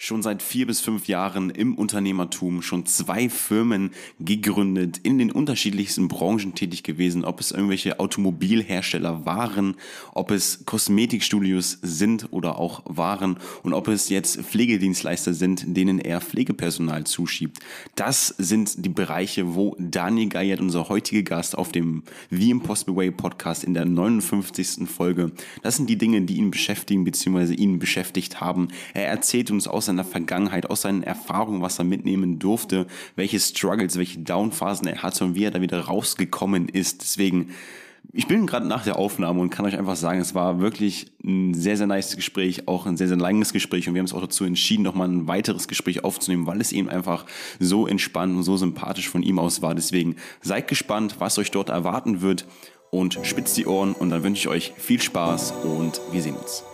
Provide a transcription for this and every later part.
schon seit 4 bis 5 Jahren im Unternehmertum, schon 2 Firmen gegründet, in den unterschiedlichsten Branchen tätig gewesen, ob es irgendwelche Automobilhersteller waren, ob es Kosmetikstudios sind oder auch waren und ob es jetzt Pflegedienstleister sind, denen er Pflegepersonal zuschiebt. Das sind die Bereiche, wo Daniel Geiert, unser heutiger Gast auf dem The Impossible Way Podcast in der 59. Folge, das sind die Dinge, die ihn beschäftigen bzw. ihn beschäftigt haben. Er erzählt uns aus seiner Vergangenheit, aus seinen Erfahrungen, was er mitnehmen durfte, welche Struggles, welche Downphasen er hatte und wie er da wieder rausgekommen ist. Deswegen, ich bin gerade nach der Aufnahme und kann euch einfach sagen, es war wirklich ein sehr, sehr nice Gespräch, auch ein sehr, sehr langes Gespräch und wir haben uns auch dazu entschieden, nochmal ein weiteres Gespräch aufzunehmen, weil es eben einfach so entspannt und so sympathisch von ihm aus war. Deswegen seid gespannt, was euch dort erwarten wird und spitzt die Ohren und dann wünsche ich euch viel Spaß und wir sehen uns.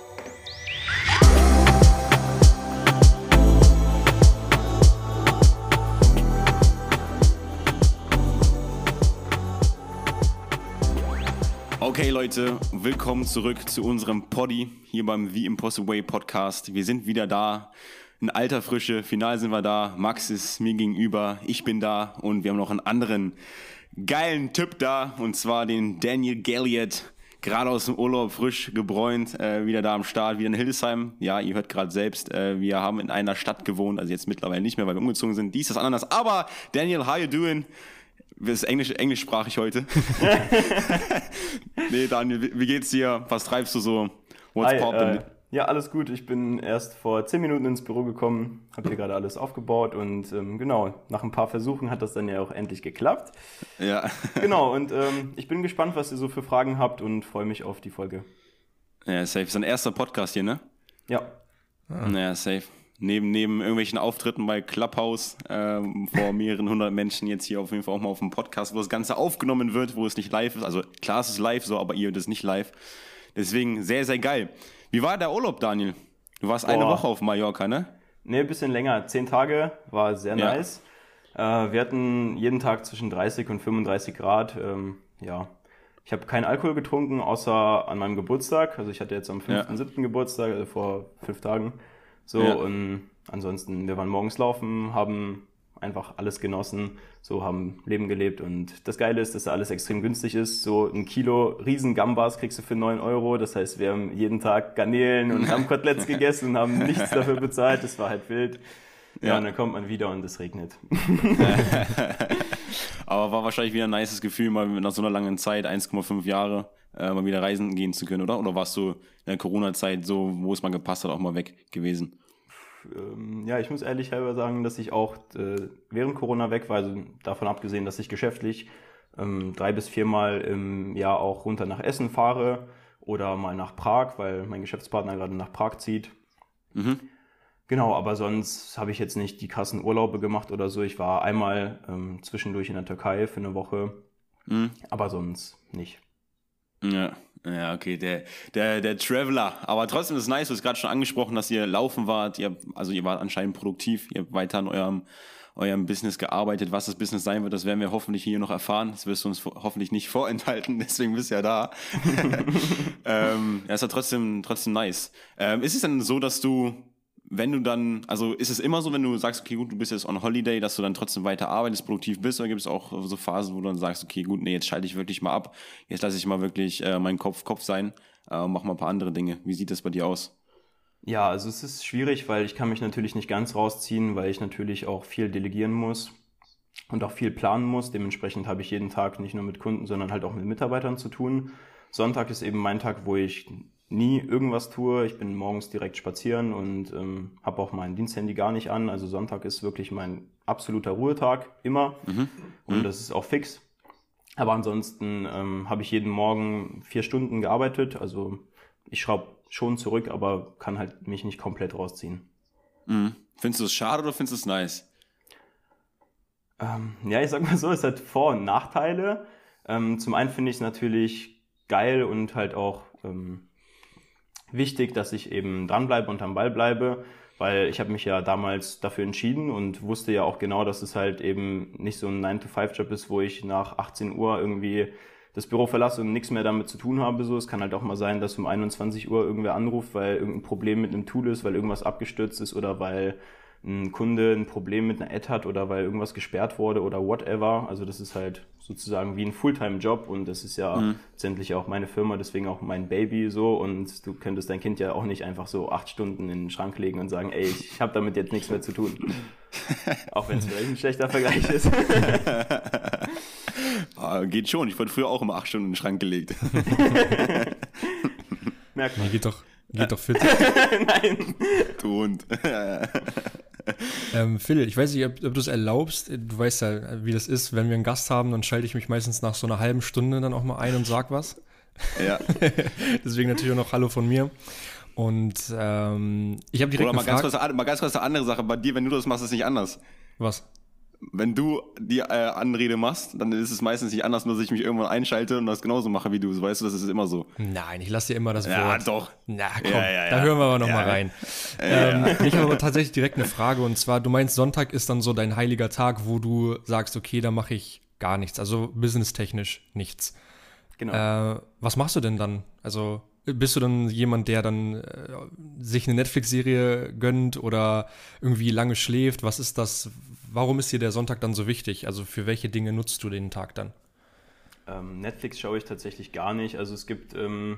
Okay Leute, willkommen zurück zu unserem Poddy hier beim The Impossible Way Podcast. Wir sind wieder da, in alter Frische, final sind wir da. Max ist mir gegenüber, ich bin da und wir haben noch einen anderen geilen Typ da und zwar den Daniel Geiert, gerade aus dem Urlaub, frisch gebräunt, wieder da am Start, wieder in Hildesheim. Ja, ihr hört gerade selbst, wir haben in einer Stadt gewohnt, also jetzt mittlerweile nicht mehr, weil wir umgezogen sind. Dies, das, anderes. Aber Daniel, how you doing? Das ist englischsprachig heute. Nee, Daniel, wie geht's dir? Was treibst du so? What's poppin'? Ja, alles gut. Ich bin erst vor 10 Minuten ins Büro gekommen, habe hier gerade alles aufgebaut und genau, nach ein paar Versuchen hat das dann ja auch endlich geklappt. Ja. Genau, und ich bin gespannt, was ihr so für Fragen habt und freue mich auf die Folge. Ja, safe. Das ist dein erster Podcast hier, ne? Ja. Ja, safe. Neben irgendwelchen Auftritten bei Clubhouse vor mehreren hundert Menschen jetzt hier auf jeden Fall auch mal auf dem Podcast, wo das Ganze aufgenommen wird, wo es nicht live ist. Also klar, es ist live so, aber ihr, das ist nicht live. Deswegen sehr, sehr geil. Wie war der Urlaub, Daniel? Du warst eine Woche auf Mallorca, ne? Ne, ein bisschen länger. 10 Tage, war sehr nice. Wir hatten jeden Tag zwischen 30 und 35 Grad. Ja, ich habe keinen Alkohol getrunken, außer an meinem Geburtstag. Also ich hatte jetzt am 5.7. Geburtstag, also vor 5 Tagen. So, und ansonsten, wir waren morgens laufen, haben einfach alles genossen, so haben Leben gelebt und das Geile ist, dass da alles extrem günstig ist. So 1 Kilo riesen Gambas kriegst du für 9 Euro, das heißt, wir haben jeden Tag Garnelen und Lammkoteletts gegessen und haben nichts dafür bezahlt, das war halt wild. Ja, und dann kommt man wieder und es regnet. Aber war wahrscheinlich wieder ein nices Gefühl, mal nach so einer langen Zeit, 1,5 Jahre, mal wieder reisen gehen zu können, oder? Oder warst du in der Corona-Zeit so, wo es mal gepasst hat, auch mal weg gewesen? Ja, ich muss ehrlich halber sagen, dass ich auch während Corona weg war, also davon abgesehen, dass ich geschäftlich 3 bis 4 Mal im Jahr auch runter nach Essen fahre oder mal nach Prag, weil mein Geschäftspartner gerade nach Prag zieht. Mhm. Genau, aber sonst habe ich jetzt nicht die krassen Urlaube gemacht oder so. Ich war einmal zwischendurch in der Türkei für eine Woche, aber sonst nicht. Ja, okay, der Traveler. Aber trotzdem ist es nice, du hast gerade schon angesprochen, dass ihr laufen wart. Ihr wart anscheinend produktiv. Ihr habt weiter an eurem Business gearbeitet. Was das Business sein wird, das werden wir hoffentlich hier noch erfahren. Das wirst du uns hoffentlich nicht vorenthalten. Deswegen bist du ja da. Ja, ist ja trotzdem nice. Ist es denn so, dass du, wenn du dann, also ist es immer so, wenn du sagst, okay, gut, du bist jetzt on Holiday, dass du dann trotzdem weiter arbeitest, produktiv bist, oder gibt es auch so Phasen, wo du dann sagst, okay, gut, nee, jetzt schalte ich wirklich mal ab, jetzt lasse ich mal wirklich meinen Kopf sein, mach mal ein paar andere Dinge. Wie sieht das bei dir aus? Ja, also es ist schwierig, weil ich kann mich natürlich nicht ganz rausziehen, weil ich natürlich auch viel delegieren muss und auch viel planen muss. Dementsprechend habe ich jeden Tag nicht nur mit Kunden, sondern halt auch mit Mitarbeitern zu tun. Sonntag ist eben mein Tag, wo ich nie irgendwas tue. Ich bin morgens direkt spazieren und habe auch mein Diensthandy gar nicht an. Also Sonntag ist wirklich mein absoluter Ruhetag, immer. Und das ist auch fix. Aber ansonsten habe ich jeden Morgen 4 Stunden gearbeitet. Also ich schraube schon zurück, aber kann halt mich nicht komplett rausziehen. Findest du es schade oder findest du es nice? Ja, ich sag mal so, es hat Vor- und Nachteile. Zum einen finde ich es natürlich geil und halt auch wichtig, dass ich eben dranbleibe und am Ball bleibe, weil ich habe mich ja damals dafür entschieden und wusste ja auch genau, dass es halt eben nicht so ein 9-to-5-Job ist, wo ich nach 18 Uhr irgendwie das Büro verlasse und nichts mehr damit zu tun habe. So, es kann halt auch mal sein, dass um 21 Uhr irgendwer anruft, weil irgendein Problem mit einem Tool ist, weil irgendwas abgestürzt ist oder weil ein Kunde ein Problem mit einer Ad hat oder weil irgendwas gesperrt wurde oder whatever. Also das ist halt sozusagen wie ein Fulltime-Job und das ist ja letztendlich auch meine Firma, deswegen auch mein Baby so und du könntest dein Kind ja auch nicht einfach so 8 Stunden in den Schrank legen und sagen, ey, ich habe damit jetzt nichts mehr zu tun. Auch wenn es vielleicht ein schlechter Vergleich ist. Geht schon, ich wurde früher auch immer 8 Stunden in den Schrank gelegt. Merkt man. Nee, geht doch fit. Nein. Du Hund. Phil, ich weiß nicht, ob du es erlaubst. Du weißt ja, wie das ist. Wenn wir einen Gast haben, dann schalte ich mich meistens nach so einer halben Stunde dann auch mal ein und sag was. Ja. Deswegen natürlich auch noch Hallo von mir. Und ich habe direkt Oder eine Frage. mal ganz kurz eine andere Sache. Bei dir, wenn du das machst, ist es nicht anders. Was? Wenn du die Anrede machst, dann ist es meistens nicht anders, nur dass ich mich irgendwann einschalte und das genauso mache wie du. Weißt du, das ist immer so. Nein, ich lasse dir immer das Wort. Ja, doch. Na komm, Ja. da hören wir aber noch mal rein. Ich habe aber tatsächlich direkt eine Frage und zwar, du meinst, Sonntag ist dann so dein heiliger Tag, wo du sagst, okay, da mache ich gar nichts, also businesstechnisch nichts. Genau. Was machst du denn dann? Also bist du dann jemand, der dann sich eine Netflix-Serie gönnt oder irgendwie lange schläft? Was ist das? Warum ist dir der Sonntag dann so wichtig? Also für welche Dinge nutzt du den Tag dann? Netflix schaue ich tatsächlich gar nicht. Also es gibt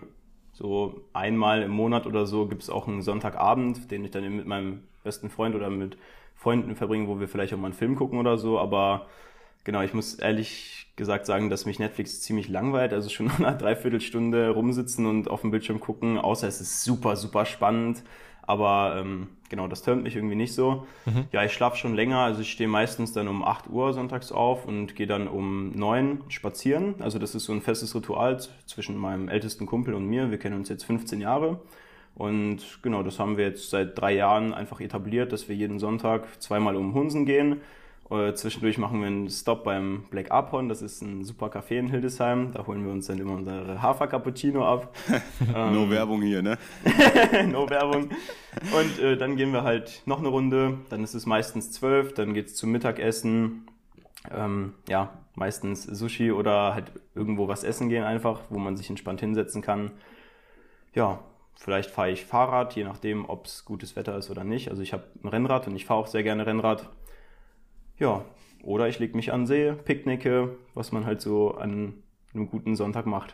so einmal im Monat oder so gibt es auch einen Sonntagabend, den ich dann mit meinem besten Freund oder mit Freunden verbringe, wo wir vielleicht auch mal einen Film gucken oder so. Aber genau, ich muss ehrlich gesagt sagen, dass mich Netflix ziemlich langweilt. Also schon nach einer Dreiviertelstunde rumsitzen und auf dem Bildschirm gucken, außer es ist super, super spannend. Aber genau, das tönt mich irgendwie nicht so. Ja, ich schlafe schon länger. Also ich stehe meistens dann um 8 Uhr sonntags auf und gehe dann um 9 spazieren. Also das ist so ein festes Ritual zwischen meinem ältesten Kumpel und mir. Wir kennen uns jetzt 15 Jahre. Und genau, das haben wir jetzt seit 3 Jahren einfach etabliert, dass wir jeden Sonntag 2-mal um Hunsen gehen. Zwischendurch machen wir einen Stop beim Black Aphorn, das ist ein super Café in Hildesheim. Da holen wir uns dann immer unsere Hafer-Cappuccino ab. No Werbung hier, ne? No Werbung. Und dann gehen wir halt noch eine Runde, dann ist es meistens 12, dann geht's zum Mittagessen. Ja, meistens Sushi oder halt irgendwo was essen gehen einfach, wo man sich entspannt hinsetzen kann. Ja, vielleicht fahre ich Fahrrad, je nachdem, ob es gutes Wetter ist oder nicht. Also ich habe ein Rennrad und ich fahre auch sehr gerne Rennrad. Ja, oder ich lege mich an den See, picknicke, was man halt so an einem guten Sonntag macht.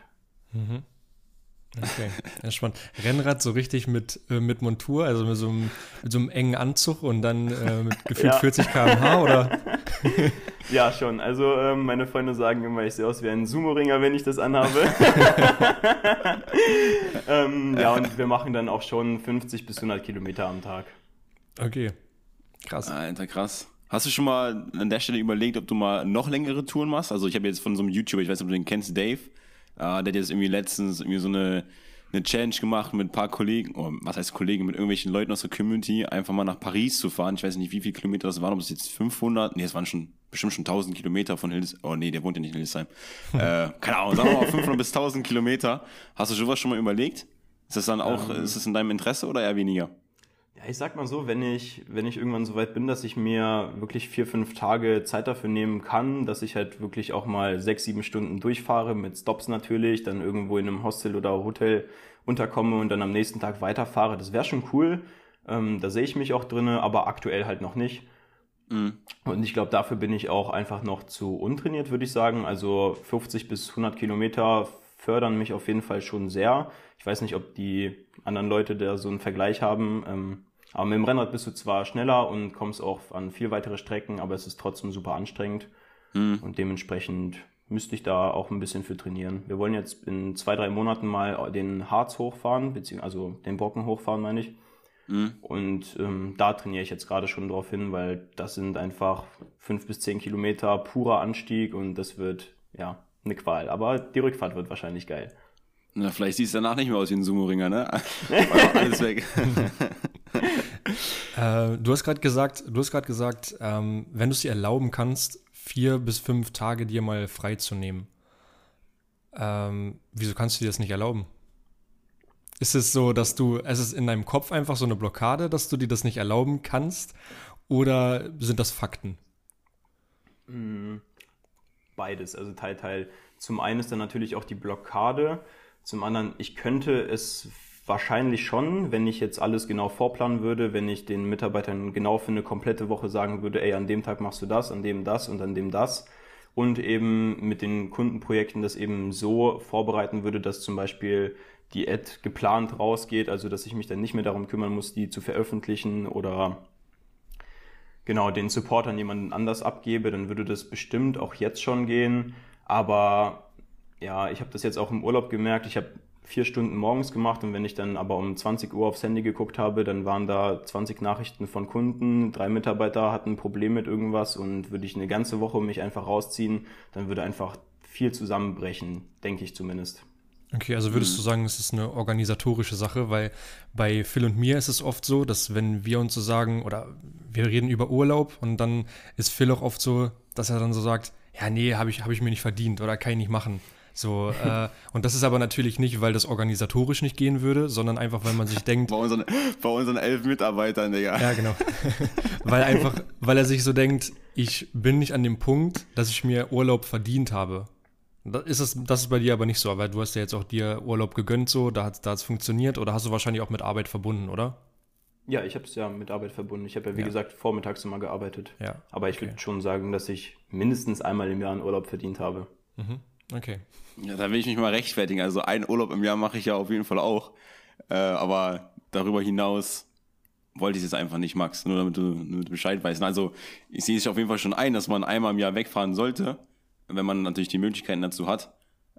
Okay, ja, spannend. Rennrad so richtig mit Montur, also mit so einem engen Anzug und dann mit gefühlt 40 km/h, oder? Ja, schon. Also meine Freunde sagen immer, ich sehe aus wie ein Sumo-Ringer, wenn ich das anhabe. Ja, und wir machen dann auch schon 50 bis 100 Kilometer am Tag. Okay, krass. Alter, krass. Hast du schon mal an der Stelle überlegt, ob du mal noch längere Touren machst? Also ich habe jetzt von so einem YouTuber, ich weiß nicht, ob du den kennst, Dave, der hat jetzt irgendwie letztens irgendwie so eine Challenge gemacht mit ein paar Kollegen, oder was heißt Kollegen, mit irgendwelchen Leuten aus der Community, einfach mal nach Paris zu fahren. Ich weiß nicht, wie viele Kilometer das waren, ob es jetzt 500, nee, es waren bestimmt schon 1000 Kilometer von Hildesheim. Oh nee, der wohnt ja nicht in Hildesheim. Keine Ahnung, sagen wir mal 500 bis 1000 Kilometer. Hast du sowas schon mal überlegt? Ist das dann auch, ist das in deinem Interesse oder eher weniger? Ja, ich sag mal so, wenn ich irgendwann so weit bin, dass ich mir wirklich 4-5 Tage Zeit dafür nehmen kann, dass ich halt wirklich auch mal 6-7 Stunden durchfahre, mit Stops natürlich, dann irgendwo in einem Hostel oder Hotel unterkomme und dann am nächsten Tag weiterfahre, das wäre schon cool. Da sehe ich mich auch drinne, aber aktuell halt noch nicht. Und ich glaube, dafür bin ich auch einfach noch zu untrainiert, würde ich sagen. Also 50 bis 100 Kilometer fördern mich auf jeden Fall schon sehr. Ich weiß nicht, ob die anderen Leute da so einen Vergleich haben. Aber mit dem Rennrad bist du zwar schneller und kommst auch an viel weitere Strecken, aber es ist trotzdem super anstrengend. Und dementsprechend müsste ich da auch ein bisschen für trainieren. Wir wollen jetzt in 2-3 Monaten mal den Harz hochfahren, also den Brocken hochfahren, meine ich. Und da trainiere ich jetzt gerade schon drauf hin, weil das sind einfach 5 bis 10 Kilometer purer Anstieg und das wird, ja, eine Qual. Aber die Rückfahrt wird wahrscheinlich geil. Na, vielleicht siehst du danach nicht mehr aus wie ein Sumo-Ringer, ne? Alles weg. Du hast gerade gesagt, wenn du es dir erlauben kannst, 4 bis 5 Tage dir mal frei zu nehmen. Wieso kannst du dir das nicht erlauben? Ist es so, dass es ist in deinem Kopf einfach so eine Blockade, dass du dir das nicht erlauben kannst? Oder sind das Fakten? Beides, also Teil. Zum einen ist dann natürlich auch die Blockade. Zum anderen, ich könnte es wahrscheinlich schon, wenn ich jetzt alles genau vorplanen würde, wenn ich den Mitarbeitern genau für eine komplette Woche sagen würde, ey, an dem Tag machst du das, an dem das und an dem das. Und eben mit den Kundenprojekten das eben so vorbereiten würde, dass zum Beispiel die Ad geplant rausgeht, also dass ich mich dann nicht mehr darum kümmern muss, die zu veröffentlichen oder genau den Support an jemanden anders abgebe, dann würde das bestimmt auch jetzt schon gehen. Aber ja, ich habe das jetzt auch im Urlaub gemerkt, ich habe 4 Stunden morgens gemacht und wenn ich dann aber um 20 Uhr aufs Handy geguckt habe, dann waren da 20 Nachrichten von Kunden, 3 Mitarbeiter hatten ein Problem mit irgendwas und würde ich eine ganze Woche mich einfach rausziehen, dann würde einfach viel zusammenbrechen, denke ich zumindest. Okay, also würdest du sagen, es ist eine organisatorische Sache, weil bei Phil und mir ist es oft so, dass wenn wir uns so sagen, oder wir reden über Urlaub und dann ist Phil auch oft so, dass er dann so sagt, ja nee, hab ich mir nicht verdient oder kann ich nicht machen. So, und das ist aber natürlich nicht, weil das organisatorisch nicht gehen würde, sondern einfach, weil man sich denkt. Bei unseren 11 Mitarbeitern, Digga. Ja, genau. Weil er sich so denkt, ich bin nicht an dem Punkt, dass ich mir Urlaub verdient habe. Das ist bei dir aber nicht so, aber du hast ja jetzt auch dir Urlaub gegönnt so, da hat's funktioniert oder hast du wahrscheinlich auch mit Arbeit verbunden, oder? Ja, ich habe es ja mit Arbeit verbunden. Ich habe ja, wie gesagt, vormittags immer gearbeitet. Ja. Aber ich würde schon sagen, dass ich mindestens einmal im Jahr einen Urlaub verdient habe. Mhm. Okay. Ja, da will ich mich mal rechtfertigen. Also einen Urlaub im Jahr mache ich ja auf jeden Fall auch. Aber darüber hinaus wollte ich es jetzt einfach nicht, Max. Nur damit du Bescheid weißt. Also ich sehe es auf jeden Fall schon ein, dass man einmal im Jahr wegfahren sollte, wenn man natürlich die Möglichkeiten dazu hat.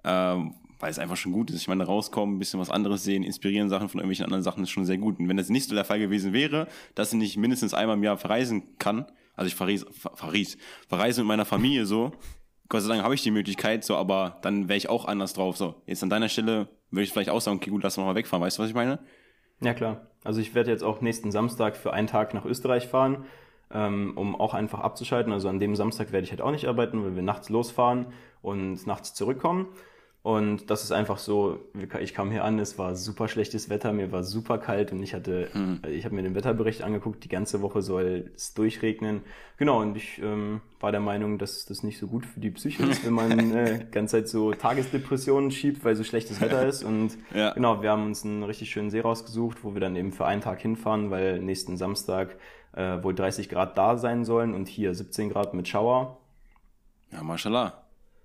Weil es einfach schon gut ist. Ich meine, rauskommen, ein bisschen was anderes sehen, inspirieren Sachen von irgendwelchen anderen Sachen ist schon sehr gut. Und wenn das nicht so der Fall gewesen wäre, dass ich nicht mindestens einmal im Jahr verreisen kann, also ich verreise mit meiner Familie so, Gott sei Dank habe ich die Möglichkeit, so, aber dann wäre ich auch anders drauf. So, jetzt an deiner Stelle würde ich vielleicht auch sagen, okay, gut, lass mal wegfahren. Weißt du, was ich meine? Ja, klar. Also ich werde jetzt auch nächsten Samstag für einen Tag nach Österreich fahren, um auch einfach abzuschalten. Also an dem Samstag werde ich halt auch nicht arbeiten, weil wir nachts losfahren und nachts zurückkommen. Und das ist einfach so, ich kam hier an, es war super schlechtes Wetter, mir war super kalt und ich habe mir den Wetterbericht angeguckt, die ganze Woche soll es durchregnen. Genau, und ich war der Meinung, dass das nicht so gut für die Psyche ist, wenn man ganze Zeit so Tagesdepressionen schiebt, weil so schlechtes Wetter ist. Und ja. Genau, wir haben uns einen richtig schönen See rausgesucht, wo wir dann eben für einen Tag hinfahren, weil nächsten Samstag wohl 30 Grad da sein sollen und hier 17 Grad mit Schauer. Ja, mashallah.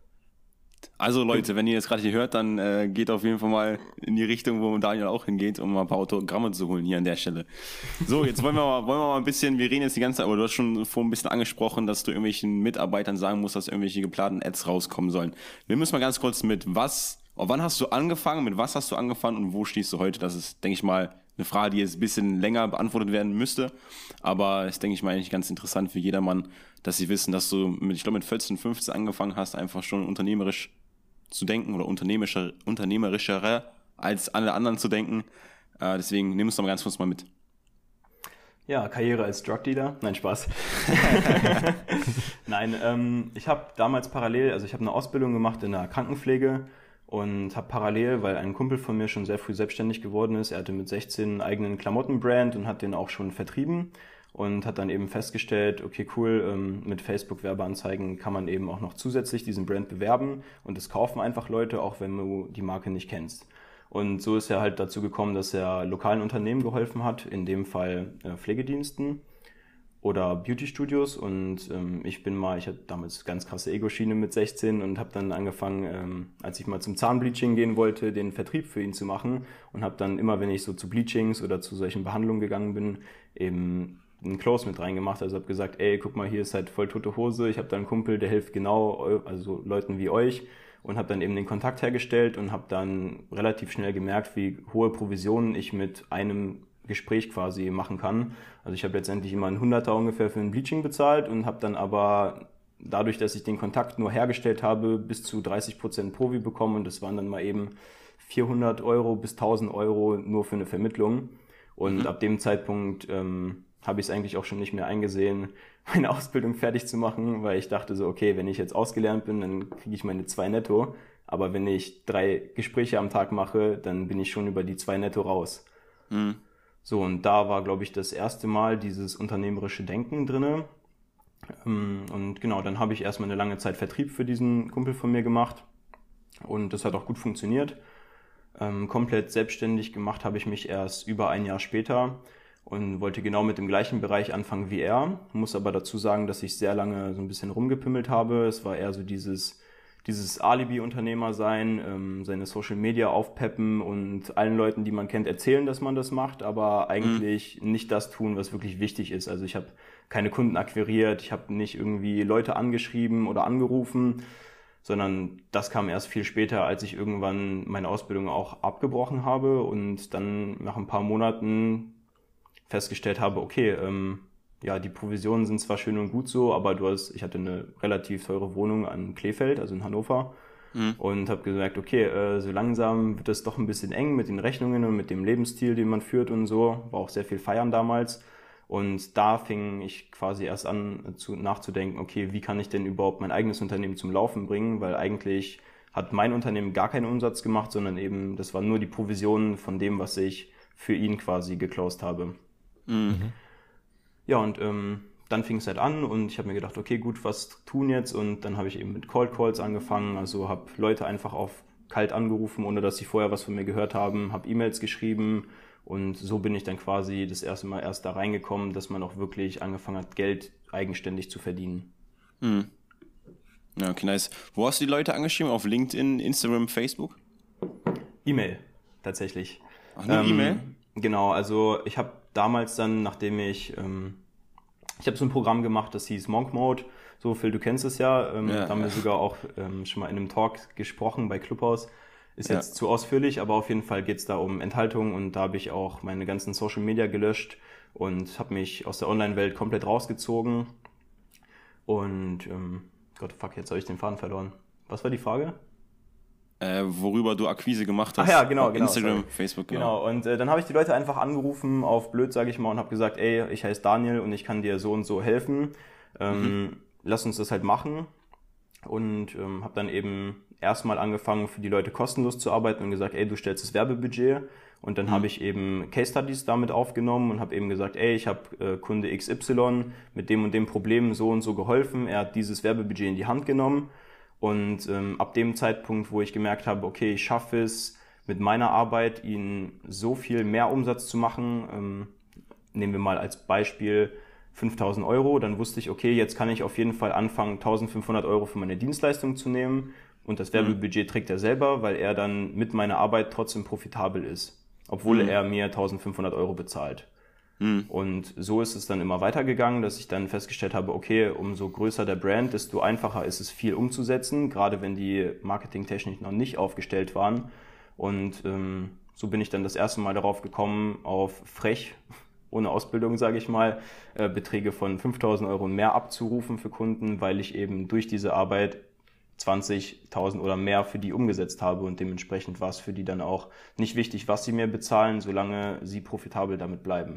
Also Leute, wenn ihr jetzt gerade hier hört, dann geht auf jeden Fall mal in die Richtung, wo Daniel auch hingeht, um mal ein paar Autogramme zu holen hier an der Stelle. So, jetzt wollen wir mal ein bisschen, wir reden jetzt die ganze Zeit, aber du hast schon vorhin ein bisschen angesprochen, dass du irgendwelchen Mitarbeitern sagen musst, dass irgendwelche geplanten Ads rauskommen sollen. Wir müssen mal ganz kurz wann hast du angefangen, mit was hast du angefangen und wo stehst du heute? Das ist, denke ich mal, eine Frage, die jetzt ein bisschen länger beantwortet werden müsste, aber ist, denke ich mal, eigentlich ganz interessant für jedermann, dass sie wissen, dass du mit 14, 15 angefangen hast, einfach schon unternehmerisch zu denken oder unternehmerischer als alle anderen zu denken. Deswegen nimm uns doch mal ganz kurz mal mit. Ja, Karriere als Drug Dealer. Nein, Spaß. Nein, ich habe damals ich habe eine Ausbildung gemacht in der Krankenpflege und habe parallel, weil ein Kumpel von mir schon sehr früh selbstständig geworden ist, er hatte mit 16 einen eigenen Klamottenbrand und hat den auch schon vertrieben und hat dann eben festgestellt, okay, cool, mit Facebook-Werbeanzeigen kann man eben auch noch zusätzlich diesen Brand bewerben und es kaufen einfach Leute, auch wenn du die Marke nicht kennst. Und so ist er halt dazu gekommen, dass er lokalen Unternehmen geholfen hat, in dem Fall Pflegediensten oder Beauty-Studios und ich hatte damals ganz krasse Ego-Schiene mit 16 und habe dann angefangen, als ich mal zum Zahnbleaching gehen wollte, den Vertrieb für ihn zu machen und habe dann immer, wenn ich so zu Bleachings oder zu solchen Behandlungen gegangen bin, eben einen Close mit reingemacht, also habe gesagt, ey, guck mal, hier ist halt voll tote Hose, ich habe da einen Kumpel, der hilft genau, also Leuten wie euch und habe dann eben den Kontakt hergestellt und habe dann relativ schnell gemerkt, wie hohe Provisionen ich mit einem Gespräch quasi machen kann. Also ich habe letztendlich immer einen 100er ungefähr für ein Bleaching bezahlt und habe dann aber dadurch, dass ich den Kontakt nur hergestellt habe, bis zu 30% Provi bekommen und das waren dann mal eben 400 Euro bis 1000 Euro nur für eine Vermittlung und ab dem Zeitpunkt habe ich es eigentlich auch schon nicht mehr eingesehen, meine Ausbildung fertig zu machen, weil ich dachte so, okay, wenn ich jetzt ausgelernt bin, dann kriege ich meine 2 netto, aber wenn ich 3 Gespräche am Tag mache, dann bin ich schon über die 2 netto raus. Mhm. So, und da war, glaube ich, das erste Mal dieses unternehmerische Denken drinne. Und genau, dann habe ich erstmal eine lange Zeit Vertrieb für diesen Kumpel von mir gemacht. Und das hat auch gut funktioniert. Komplett selbstständig gemacht habe ich mich erst über ein Jahr später und wollte genau mit dem gleichen Bereich anfangen wie er. Muss aber dazu sagen, dass ich sehr lange so ein bisschen rumgepimmelt habe. Es war eher so dieses Alibi-Unternehmer sein, seine Social Media aufpeppen und allen Leuten, die man kennt, erzählen, dass man das macht, aber eigentlich nicht das tun, was wirklich wichtig ist. Also ich habe keine Kunden akquiriert, ich habe nicht irgendwie Leute angeschrieben oder angerufen, sondern das kam erst viel später, als ich irgendwann meine Ausbildung auch abgebrochen habe und dann nach ein paar Monaten festgestellt habe, okay, ja, die Provisionen sind zwar schön und gut so, aber ich hatte eine relativ teure Wohnung an Kleefeld, also in Hannover, und habe gesagt, okay, so langsam wird es doch ein bisschen eng mit den Rechnungen und mit dem Lebensstil, den man führt und so. War auch sehr viel feiern damals. Und da fing ich quasi erst an nachzudenken, okay, wie kann ich denn überhaupt mein eigenes Unternehmen zum Laufen bringen, weil eigentlich hat mein Unternehmen gar keinen Umsatz gemacht, sondern eben, das war nur die Provision von dem, was ich für ihn quasi geclosed habe. Ja, und dann fing es halt an und ich habe mir gedacht, okay, gut, was tun jetzt? Und dann habe ich eben mit Cold Calls angefangen, also habe Leute einfach auf kalt angerufen, ohne dass sie vorher was von mir gehört haben, habe E-Mails geschrieben und so bin ich dann quasi das erste Mal erst da reingekommen, dass man auch wirklich angefangen hat, Geld eigenständig zu verdienen. Ja, okay, nice. Wo hast du die Leute angeschrieben? Auf LinkedIn, Instagram, Facebook? E-Mail, tatsächlich. Ach, nur E-Mail? Genau, also ich habe damals dann, nachdem ich habe so ein Programm gemacht, das hieß Monk Mode. So, Phil, du kennst es ja. Da haben wir sogar auch schon mal in einem Talk gesprochen bei Clubhouse. Ist jetzt zu ausführlich, aber auf jeden Fall geht es da um Enthaltung und da habe ich auch meine ganzen Social Media gelöscht und habe mich aus der Online-Welt komplett rausgezogen. Und, Gott, fuck, jetzt habe ich den Faden verloren. Was war die Frage? Worüber du Akquise gemacht hast. Ach ja, genau. Instagram, sorry. Facebook, genau. Und dann habe ich die Leute einfach angerufen, auf blöd, sage ich mal, und habe gesagt, ey, ich heiße Daniel und ich kann dir so und so helfen. Lass uns das halt machen. Und habe dann eben erstmal angefangen, für die Leute kostenlos zu arbeiten und gesagt, ey, du stellst das Werbebudget. Und dann habe ich eben Case Studies damit aufgenommen und habe eben gesagt, ey, ich habe Kunde XY mit dem und dem Problem so und so geholfen. Er hat dieses Werbebudget in die Hand genommen. Und ab dem Zeitpunkt, wo ich gemerkt habe, okay, ich schaffe es mit meiner Arbeit, ihnen so viel mehr Umsatz zu machen, nehmen wir mal als Beispiel 5.000 Euro, dann wusste ich, okay, jetzt kann ich auf jeden Fall anfangen, 1.500 Euro für meine Dienstleistung zu nehmen und das Werbebudget trägt er selber, weil er dann mit meiner Arbeit trotzdem profitabel ist, obwohl er mir 1.500 Euro bezahlt. Und so ist es dann immer weitergegangen, dass ich dann festgestellt habe, okay, umso größer der Brand, desto einfacher ist es, viel umzusetzen, gerade wenn die marketingtechnisch noch nicht aufgestellt waren. Und so bin ich dann das erste Mal darauf gekommen, auf frech, ohne Ausbildung, sage ich mal, Beträge von 5.000 Euro und mehr abzurufen für Kunden, weil ich eben durch diese Arbeit 20.000 oder mehr für die umgesetzt habe und dementsprechend war es für die dann auch nicht wichtig, was sie mir bezahlen, solange sie profitabel damit bleiben.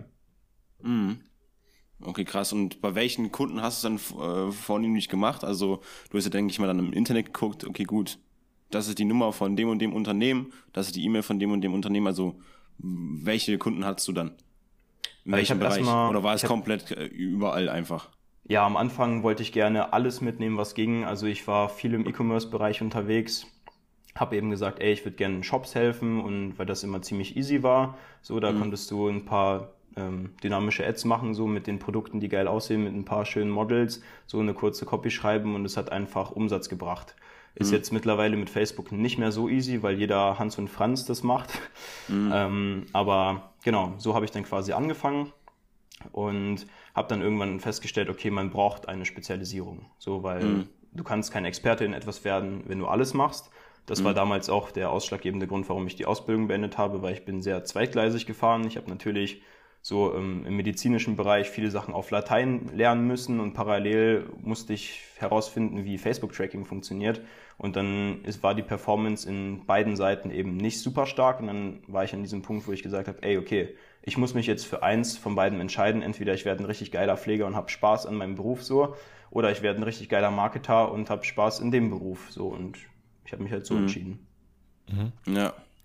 Okay, krass. Und bei welchen Kunden hast du es dann vornehmlich gemacht? Also du hast ja, denke ich mal, dann im Internet geguckt, okay, gut, das ist die Nummer von dem und dem Unternehmen, das ist die E-Mail von dem und dem Unternehmen. Also welche Kunden hattest du dann? In welchem Bereich? Oder war es komplett überall einfach? Ja, am Anfang wollte ich gerne alles mitnehmen, was ging. Also ich war viel im E-Commerce-Bereich unterwegs, habe eben gesagt, ey, ich würde gerne Shops helfen und weil das immer ziemlich easy war, so da konntest du ein paar dynamische Ads machen, so mit den Produkten, die geil aussehen, mit ein paar schönen Models, so eine kurze Copy schreiben und es hat einfach Umsatz gebracht. Ist jetzt mittlerweile mit Facebook nicht mehr so easy, weil jeder Hans und Franz das macht. Aber genau, so habe ich dann quasi angefangen und habe dann irgendwann festgestellt, okay, man braucht eine Spezialisierung, so weil du kannst kein Experte in etwas werden, wenn du alles machst. Das war damals auch der ausschlaggebende Grund, warum ich die Ausbildung beendet habe, weil ich bin sehr zweigleisig gefahren. Ich habe natürlich so im medizinischen Bereich viele Sachen auf Latein lernen müssen und parallel musste ich herausfinden, wie Facebook-Tracking funktioniert. Und dann war die Performance in beiden Seiten eben nicht super stark und dann war ich an diesem Punkt, wo ich gesagt habe, ey, okay, ich muss mich jetzt für eins von beiden entscheiden. Entweder ich werde ein richtig geiler Pfleger und habe Spaß an meinem Beruf so oder ich werde ein richtig geiler Marketer und habe Spaß in dem Beruf so und ich habe mich halt so entschieden. Ja.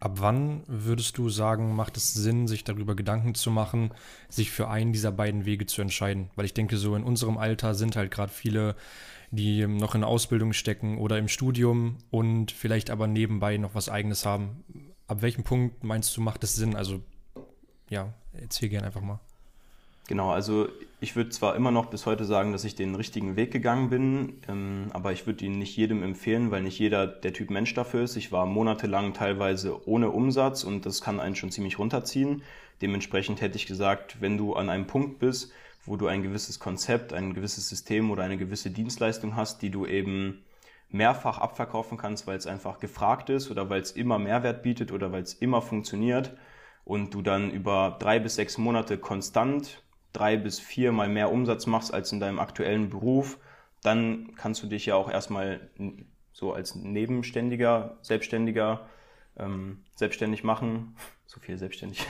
Ab wann würdest du sagen, macht es Sinn, sich darüber Gedanken zu machen, sich für einen dieser beiden Wege zu entscheiden? Weil ich denke, so in unserem Alter sind halt gerade viele, die noch in der Ausbildung stecken oder im Studium und vielleicht aber nebenbei noch was Eigenes haben. Ab welchem Punkt meinst du, macht es Sinn? Also ja, erzähl gerne einfach mal. Genau, also ich würde zwar immer noch bis heute sagen, dass ich den richtigen Weg gegangen bin, aber ich würde ihn nicht jedem empfehlen, weil nicht jeder der Typ Mensch dafür ist. Ich war monatelang teilweise ohne Umsatz und das kann einen schon ziemlich runterziehen. Dementsprechend hätte ich gesagt, wenn du an einem Punkt bist, wo du ein gewisses Konzept, ein gewisses System oder eine gewisse Dienstleistung hast, die du eben mehrfach abverkaufen kannst, weil es einfach gefragt ist oder weil es immer Mehrwert bietet oder weil es immer funktioniert und du dann über 3 bis 6 Monate konstant 3 bis 4 Mal mehr Umsatz machst als in deinem aktuellen Beruf, dann kannst du dich ja auch erstmal so als Nebenständiger, Selbstständiger selbstständig machen, so viel selbstständig,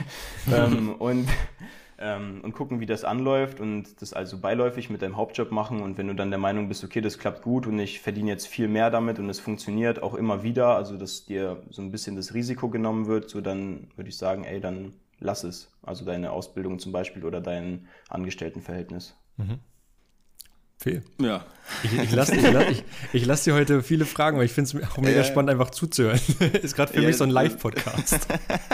und gucken, wie das anläuft und das also beiläufig mit deinem Hauptjob machen. Und wenn du dann der Meinung bist, okay, das klappt gut und ich verdiene jetzt viel mehr damit und es funktioniert auch immer wieder, also dass dir so ein bisschen das Risiko genommen wird, so dann würde ich sagen, ey, dann lass es. Also deine Ausbildung zum Beispiel oder dein Angestelltenverhältnis. Mhm. Phil. Ja. Ich lass dir heute viele Fragen, weil ich finde es auch mega spannend, einfach zuzuhören. Ist gerade für mich so ein Live-Podcast.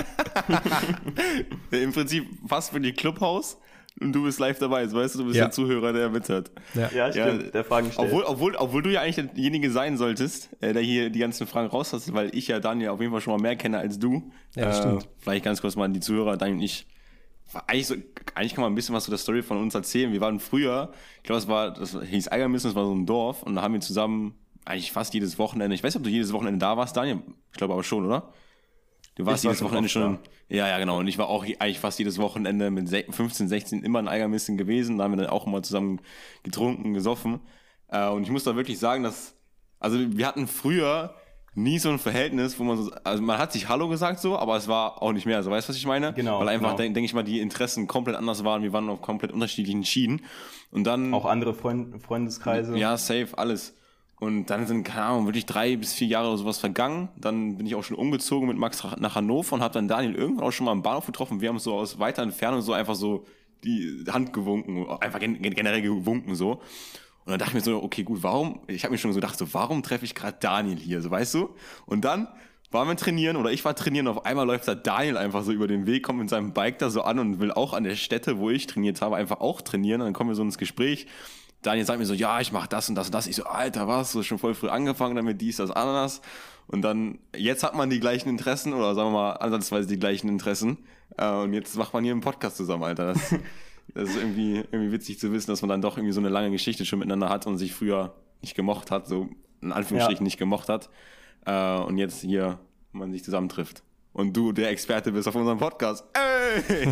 Im Prinzip fast für die Clubhouse und du bist live dabei. Weißt du, du bist der Zuhörer, der mithört. Ja, stimmt, der Fragen stellt. Obwohl du ja eigentlich derjenige sein solltest, der hier die ganzen Fragen raus hast, weil ich ja Daniel auf jeden Fall schon mal mehr kenne als du. Ja, das stimmt. Vielleicht ganz kurz mal an die Zuhörer, Daniel und ich. Eigentlich kann man ein bisschen was zu der Story von uns erzählen. Wir waren früher, ich glaube, das hieß Eigermissen, das war so ein Dorf und da haben wir zusammen eigentlich fast jedes Wochenende, ich weiß nicht, ob du jedes Wochenende da warst, Daniel, ich glaube aber schon, oder? Du warst jedes Wochenende schon, ja, genau, und ich war auch eigentlich fast jedes Wochenende mit 15, 16 immer in Eigermissen gewesen, da haben wir dann auch immer zusammen getrunken, gesoffen und ich muss da wirklich sagen, also wir hatten früher nie so ein Verhältnis, wo man so, also man hat sich Hallo gesagt so, aber es war auch nicht mehr, so, weißt du, was ich meine? Genau. Weil einfach, genau. denke ich mal, die Interessen komplett anders waren, wir waren auf komplett unterschiedlichen Schienen und dann... Auch andere Freundeskreise. Ja, safe, alles. Und dann sind, keine Ahnung, wirklich 3 bis 4 Jahre oder sowas vergangen, dann bin ich auch schon umgezogen mit Max nach Hannover und habe dann Daniel irgendwann auch schon mal am Bahnhof getroffen, wir haben so aus weiter Entfernung so einfach so die Hand gewunken, einfach generell gewunken so. Und dann dachte ich mir so, okay, gut, ich habe mir schon so gedacht, so, warum treffe ich gerade Daniel hier, so, weißt du? Und dann waren wir trainieren oder ich war trainieren und auf einmal läuft da Daniel einfach so über den Weg, kommt mit seinem Bike da so an und will auch an der Stätte, wo ich trainiert habe, einfach auch trainieren. Und dann kommen wir so ins Gespräch. Daniel sagt mir so, ja, ich mache das und das und das. Ich so, Alter, was? Du hast schon voll früh angefangen damit, dies, das, Ananas. Und dann, jetzt hat man die gleichen Interessen oder sagen wir mal ansatzweise die gleichen Interessen. Und jetzt macht man hier einen Podcast zusammen, Alter. Das ist irgendwie witzig zu wissen, dass man dann doch irgendwie so eine lange Geschichte schon miteinander hat und sich früher nicht gemocht hat, so in Anführungsstrichen nicht gemocht hat. Und jetzt hier man sich zusammentrifft. Und du der Experte bist auf unserem Podcast. Ey!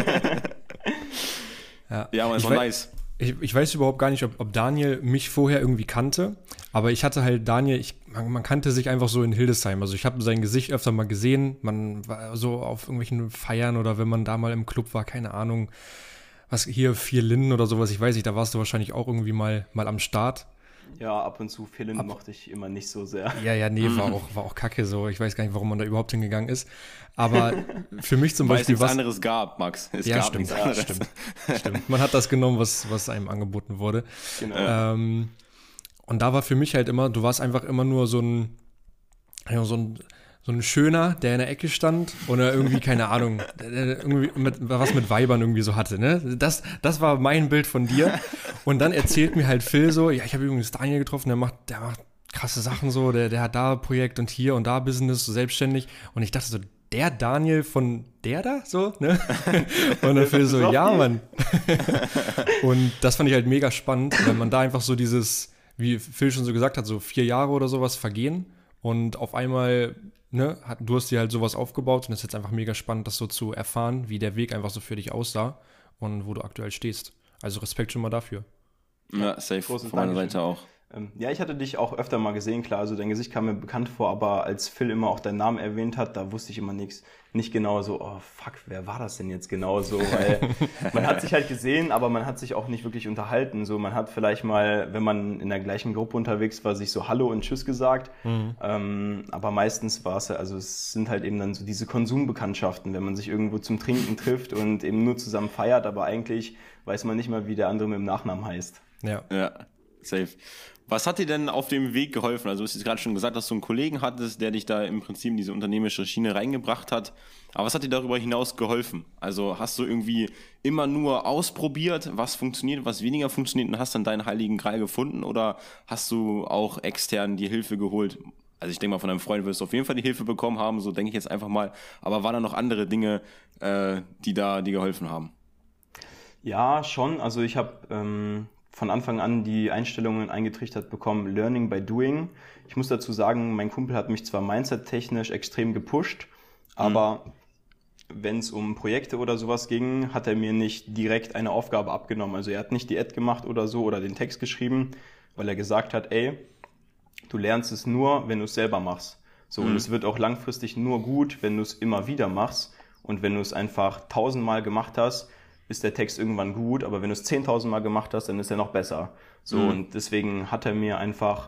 Ja, man, ist mal nice. Ich weiß überhaupt gar nicht, ob Daniel mich vorher irgendwie kannte, aber ich hatte halt Daniel, man kannte sich einfach so in Hildesheim. Also ich habe sein Gesicht öfter mal gesehen, man war so auf irgendwelchen Feiern oder wenn man da mal im Club war, keine Ahnung, was hier, 4 Linden oder sowas, ich weiß nicht, da warst du wahrscheinlich auch irgendwie mal am Start. Ja, ab und zu 4 Linden mochte ich immer nicht so sehr. Ja, nee, war auch kacke so. Ich weiß gar nicht, warum man da überhaupt hingegangen ist. Aber für mich zum Beispiel was anderes gab, Max. Es gab nichts anderes. Stimmt. Man hat das genommen, was einem angeboten wurde. Genau. Und da war für mich halt immer, du warst einfach immer nur so ein Schöner, der in der Ecke stand oder irgendwie, keine Ahnung, irgendwie was mit Weibern irgendwie so hatte, ne? Das war mein Bild von dir. Und dann erzählt mir halt Phil so, ja, ich habe übrigens Daniel getroffen, der macht krasse Sachen so, der hat da Projekt und hier und da Business, so selbstständig. Und ich dachte so, der Daniel von der da, so, ne? Und dann Phil so, ja, Mann. Und das fand ich halt mega spannend, weil man da einfach so dieses, wie Phil schon so gesagt hat, so 4 Jahre oder sowas vergehen und auf einmal... Ne, du hast dir halt sowas aufgebaut und es ist jetzt einfach mega spannend, das so zu erfahren, wie der Weg einfach so für dich aussah und wo du aktuell stehst. Also Respekt schon mal dafür. Ja, safe, von meiner Seite auch. Ja, ich hatte dich auch öfter mal gesehen, klar, also dein Gesicht kam mir bekannt vor, aber als Phil immer auch deinen Namen erwähnt hat, da wusste ich immer nicht genau so, oh fuck, wer war das denn jetzt genau so, weil man hat sich halt gesehen, aber man hat sich auch nicht wirklich unterhalten, so man hat vielleicht mal, wenn man in der gleichen Gruppe unterwegs war, sich so Hallo und Tschüss gesagt, aber meistens war es ja, also es sind halt eben dann so diese Konsumbekanntschaften, wenn man sich irgendwo zum Trinken trifft und eben nur zusammen feiert, aber eigentlich weiß man nicht mal, wie der andere mit dem Nachnamen heißt. Ja, safe. Was hat dir denn auf dem Weg geholfen? Also du hast jetzt gerade schon gesagt, dass du einen Kollegen hattest, der dich da im Prinzip in diese unternehmerische Schiene reingebracht hat. Aber was hat dir darüber hinaus geholfen? Also hast du irgendwie immer nur ausprobiert, was funktioniert, was weniger funktioniert und hast dann deinen heiligen Gral gefunden? Oder hast du auch extern die Hilfe geholt? Also ich denke mal, von deinem Freund wirst du auf jeden Fall die Hilfe bekommen haben, so denke ich jetzt einfach mal. Aber waren da noch andere Dinge, die dir geholfen haben? Ja, schon. Also ich habe von Anfang an die Einstellungen eingetrichtert bekommen, Learning by Doing. Ich muss dazu sagen, mein Kumpel hat mich zwar mindset-technisch extrem gepusht, aber wenn es um Projekte oder sowas ging, hat er mir nicht direkt eine Aufgabe abgenommen. Also er hat nicht die Ad gemacht oder so oder den Text geschrieben, weil er gesagt hat, ey, du lernst es nur, wenn du es selber machst. So, und es wird auch langfristig nur gut, wenn du es immer wieder machst. Und wenn du es einfach 1000-mal gemacht hast, ist der Text irgendwann gut, aber wenn du es 10.000 Mal gemacht hast, dann ist er noch besser. So, und deswegen hat er mir einfach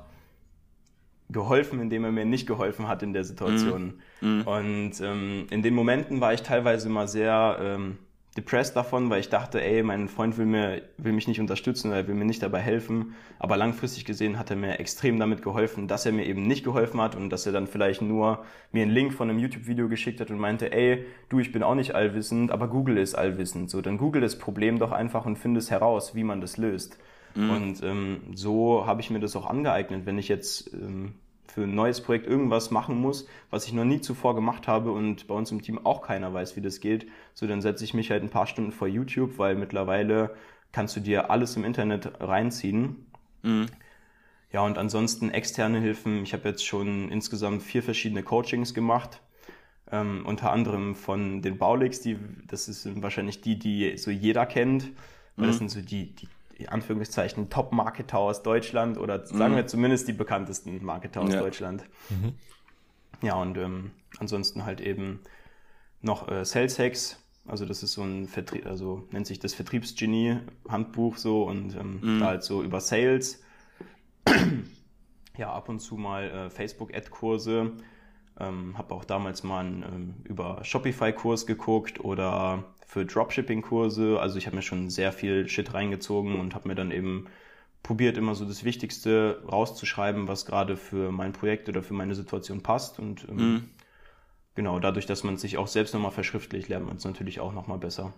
geholfen, indem er mir nicht geholfen hat in der Situation. Und in den Momenten war ich teilweise mal sehr depressed davon, weil ich dachte, ey, mein Freund will mich nicht unterstützen oder er will mir nicht dabei helfen. Aber langfristig gesehen hat er mir extrem damit geholfen, dass er mir eben nicht geholfen hat und dass er dann vielleicht nur mir einen Link von einem YouTube-Video geschickt hat und meinte, ey, du, ich bin auch nicht allwissend, aber Google ist allwissend. So, dann google das Problem doch einfach und finde es heraus, wie man das löst. Und so habe ich mir das auch angeeignet, wenn ich jetzt für ein neues Projekt irgendwas machen muss, was ich noch nie zuvor gemacht habe und bei uns im Team auch keiner weiß, wie das geht, so dann setze ich mich halt ein paar Stunden vor YouTube, weil mittlerweile kannst du dir alles im Internet reinziehen. Ja, und ansonsten externe Hilfen. Ich habe jetzt schon insgesamt 4 verschiedene Coachings gemacht, unter anderem von den Baulix, das sind wahrscheinlich die so jeder kennt, weil das sind so die in Anführungszeichen Top-Marketer aus Deutschland oder sagen wir zumindest die bekanntesten Marketer aus Deutschland. Ja, und ansonsten halt eben noch Sales Hacks, also das ist so ein Vertrieb, also nennt sich das Vertriebsgenie-Handbuch so und da halt so über Sales. Ja, ab und zu mal Facebook-Ad-Kurse. Habe auch damals mal einen über Shopify-Kurs geguckt oder für Dropshipping-Kurse. Also ich habe mir schon sehr viel Shit reingezogen und habe mir dann eben probiert, immer so das Wichtigste rauszuschreiben, was gerade für mein Projekt oder für meine Situation passt. Und genau, dadurch, dass man es sich auch selbst nochmal verschriftlicht, lernt man es natürlich auch nochmal besser.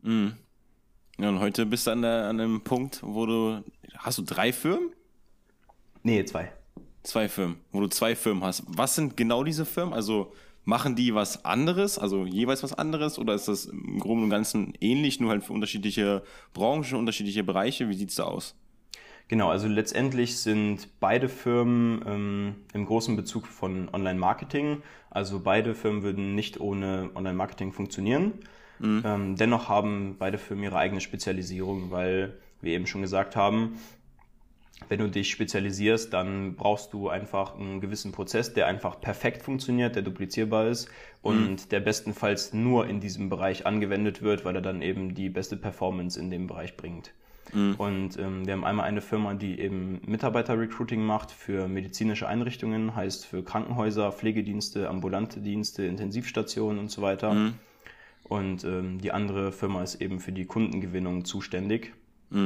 Ja, und heute bist du an einem Punkt, hast du 3 Firmen? Nee, 2. 2 Firmen, wo du 2 Firmen hast. Was sind genau diese Firmen? Also machen die was anderes, also jeweils was anderes, oder ist das im Groben und Ganzen ähnlich, nur halt für unterschiedliche Branchen, unterschiedliche Bereiche? Wie sieht's da aus? Genau, also letztendlich sind beide Firmen im großen Bezug von Online-Marketing. Also beide Firmen würden nicht ohne Online-Marketing funktionieren. Dennoch haben beide Firmen ihre eigene Spezialisierung, weil wir eben schon gesagt haben, wenn du dich spezialisierst, dann brauchst du einfach einen gewissen Prozess, der einfach perfekt funktioniert, der duplizierbar ist und der bestenfalls nur in diesem Bereich angewendet wird, weil er dann eben die beste Performance in dem Bereich bringt. Und wir haben einmal eine Firma, die eben Mitarbeiter-Recruiting macht für medizinische Einrichtungen, heißt für Krankenhäuser, Pflegedienste, ambulante Dienste, Intensivstationen und so weiter. Und die andere Firma ist eben für die Kundengewinnung zuständig.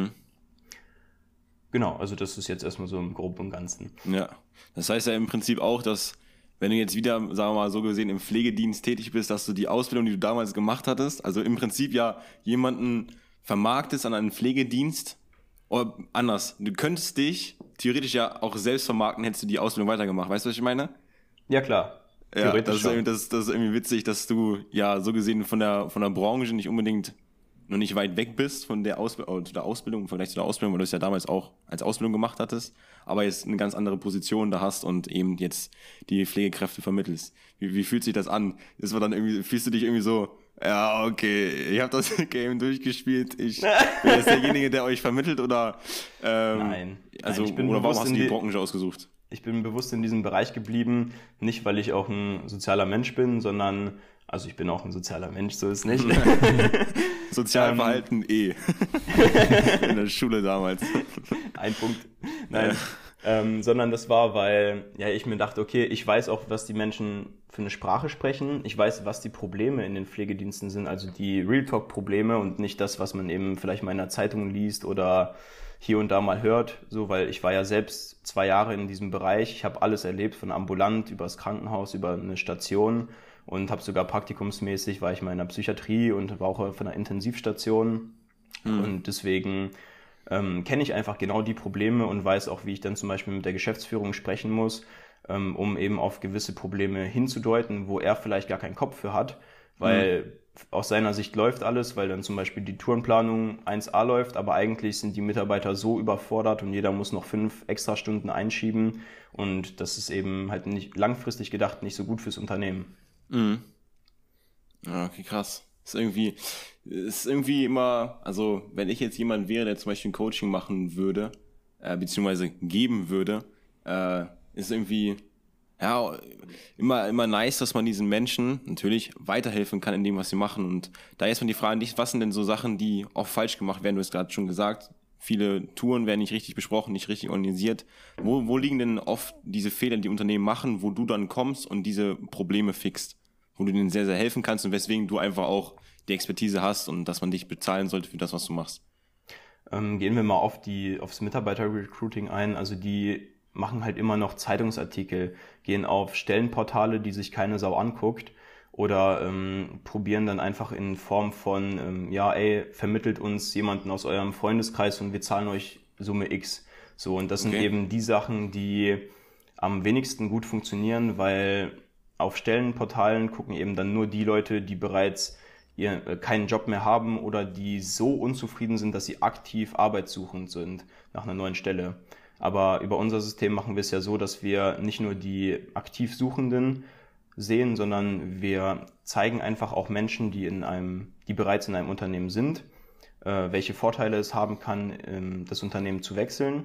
Genau, also das ist jetzt erstmal so im Groben und Ganzen. Ja, das heißt ja im Prinzip auch, dass wenn du jetzt wieder, sagen wir mal so gesehen, im Pflegedienst tätig bist, dass du die Ausbildung, die du damals gemacht hattest, also im Prinzip ja jemanden vermarktest an einen Pflegedienst, oder anders, du könntest dich theoretisch ja auch selbst vermarkten, hättest du die Ausbildung weitergemacht, weißt du, was ich meine? Ja, klar. Ja, das ist irgendwie witzig, dass du ja so gesehen von der Branche nicht unbedingt noch nicht weit weg bist von der Ausbildung, im Vergleich zu der Ausbildung, weil du es ja damals auch als Ausbildung gemacht hattest, aber jetzt eine ganz andere Position da hast und eben jetzt die Pflegekräfte vermittelst. Wie fühlt sich das an? Fühlst du dich irgendwie so, Ja, okay. Ich habe das Game durchgespielt. Ich bin jetzt derjenige, der euch vermittelt oder Nein. Also Nein, oder warum hast du die Branche ausgesucht? Ich bin bewusst in diesem Bereich geblieben, nicht weil ich auch ein sozialer Mensch bin, sondern, also ich bin auch ein sozialer Mensch, so ist nicht. Sozialverhalten in der Schule damals. Ein Punkt. Nein. Sondern das war, weil ja ich mir dachte, okay, ich weiß auch, was die Menschen für eine Sprache sprechen. Ich weiß, was die Probleme in den Pflegediensten sind, also die Real Talk-Probleme und nicht das, was man eben vielleicht mal in der Zeitung liest oder hier und da mal hört. So, weil ich war ja selbst 2 Jahre in diesem Bereich. Ich habe alles erlebt, von ambulant über das Krankenhaus, über eine Station und habe sogar praktikumsmäßig, war ich mal in der Psychiatrie und war auch auf einer Intensivstation. Und deswegen kenne ich einfach genau die Probleme und weiß auch, wie ich dann zum Beispiel mit der Geschäftsführung sprechen muss, um eben auf gewisse Probleme hinzudeuten, wo er vielleicht gar keinen Kopf für hat, weil aus seiner Sicht läuft alles, weil dann zum Beispiel die Tourenplanung 1A läuft, aber eigentlich sind die Mitarbeiter so überfordert und jeder muss noch 5 extra Stunden einschieben und das ist eben halt nicht langfristig gedacht nicht so gut fürs Unternehmen. Mhm. Ja, okay, krass. Ist irgendwie immer, also wenn ich jetzt jemand wäre, der zum Beispiel ein Coaching machen würde, beziehungsweise geben würde, ist irgendwie, ja, immer nice, dass man diesen Menschen natürlich weiterhelfen kann in dem, was sie machen. Und da erstmal die Frage an dich, was sind denn so Sachen, die oft falsch gemacht werden? Du hast gerade schon gesagt, viele Touren werden nicht richtig besprochen, nicht richtig organisiert. Wo liegen denn oft diese Fehler, die Unternehmen machen, wo du dann kommst und diese Probleme fixt? Wo du denen sehr, sehr helfen kannst und weswegen du einfach auch die Expertise hast und dass man dich bezahlen sollte für das, was du machst. Gehen wir mal aufs Mitarbeiter-Recruiting ein. Also die machen halt immer noch Zeitungsartikel, gehen auf Stellenportale, die sich keine Sau anguckt oder probieren dann einfach in Form von, vermittelt uns jemanden aus eurem Freundeskreis und wir zahlen euch Summe X. So, und das sind eben die Sachen, die am wenigsten gut funktionieren, weil auf Stellenportalen gucken eben dann nur die Leute, die bereits keinen Job mehr haben oder die so unzufrieden sind, dass sie aktiv arbeitssuchend sind nach einer neuen Stelle. Aber über unser System machen wir es ja so, dass wir nicht nur die aktiv Suchenden sehen, sondern wir zeigen einfach auch Menschen, die bereits in einem Unternehmen sind, welche Vorteile es haben kann, das Unternehmen zu wechseln.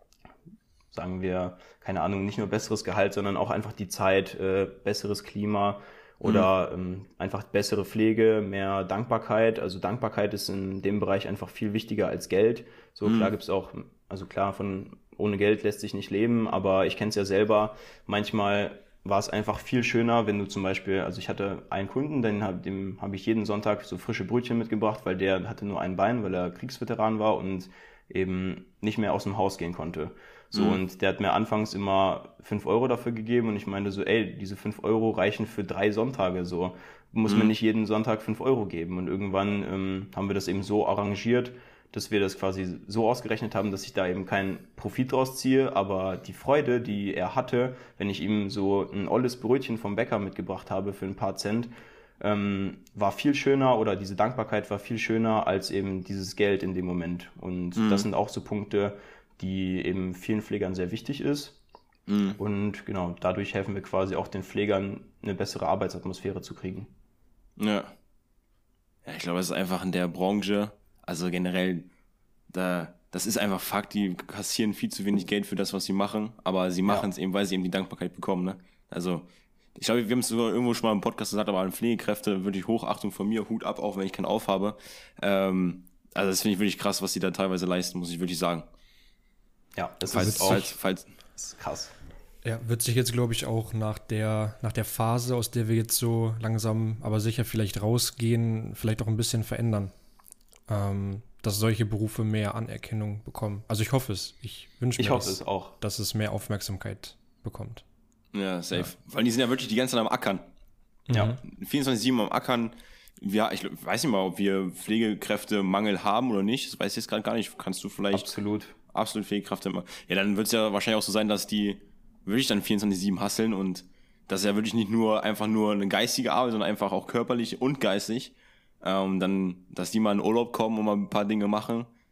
Sagen wir, keine Ahnung, nicht nur besseres Gehalt, sondern auch einfach die Zeit, besseres Klima oder einfach bessere Pflege, mehr Dankbarkeit. Also Dankbarkeit ist in dem Bereich einfach viel wichtiger als Geld. So klar gibt's auch, also klar, ohne Geld lässt sich nicht leben, aber ich kenne es ja selber. Manchmal war es einfach viel schöner, wenn du zum Beispiel, also ich hatte einen Kunden, dem habe ich jeden Sonntag so frische Brötchen mitgebracht, weil der hatte nur ein Bein, weil er Kriegsveteran war und eben nicht mehr aus dem Haus gehen konnte. So, und der hat mir anfangs immer 5 Euro dafür gegeben und ich meinte so, diese 5 Euro reichen für 3 Sonntage, so. Muss mir nicht jeden Sonntag 5 Euro geben. Und irgendwann haben wir das eben so arrangiert, dass wir das quasi so ausgerechnet haben, dass ich da eben keinen Profit draus ziehe, aber die Freude, die er hatte, wenn ich ihm so ein olles Brötchen vom Bäcker mitgebracht habe für ein paar Cent, war viel schöner oder diese Dankbarkeit war viel schöner als eben dieses Geld in dem Moment. Und das sind auch so Punkte, die eben vielen Pflegern sehr wichtig ist. Und genau, dadurch helfen wir quasi auch den Pflegern, eine bessere Arbeitsatmosphäre zu kriegen. Ja. Ja, ich glaube, es ist einfach in der Branche, also generell, das ist einfach Fakt, die kassieren viel zu wenig Geld für das, was sie machen, aber sie machen es eben, weil sie eben die Dankbarkeit bekommen, ne? Also, ich glaube, wir haben es sogar irgendwo schon mal im Podcast gesagt, aber an Pflegekräfte wirklich Hochachtung von mir, Hut ab, auch wenn ich keinen aufhabe. Also das finde ich wirklich krass, was die da teilweise leisten, muss ich wirklich sagen. Ja, das ist krass. Ja, wird sich jetzt, glaube ich, auch nach der Phase, aus der wir jetzt so langsam, aber sicher vielleicht rausgehen, vielleicht auch ein bisschen verändern. Dass solche Berufe mehr Anerkennung bekommen. Also ich hoffe es. Ich wünsche mir es auch, dass es mehr Aufmerksamkeit bekommt. Ja, safe. Ja. Weil die sind ja wirklich die ganze Zeit am Ackern. Ja. 24/7 am Ackern. Ja, ich weiß nicht mal, ob wir Pflegekräftemangel haben oder nicht. Das weiß ich jetzt gerade gar nicht. Kannst du vielleicht... Absolut Pflegekräfte immer. Ja, dann wird es ja wahrscheinlich auch so sein, dass die wirklich dann 24/7 hasseln und das ist ja wirklich nicht nur einfach nur eine geistige Arbeit, sondern einfach auch körperlich und geistig. Dann, dass die mal in Urlaub kommen und mal ein paar Dinge machen,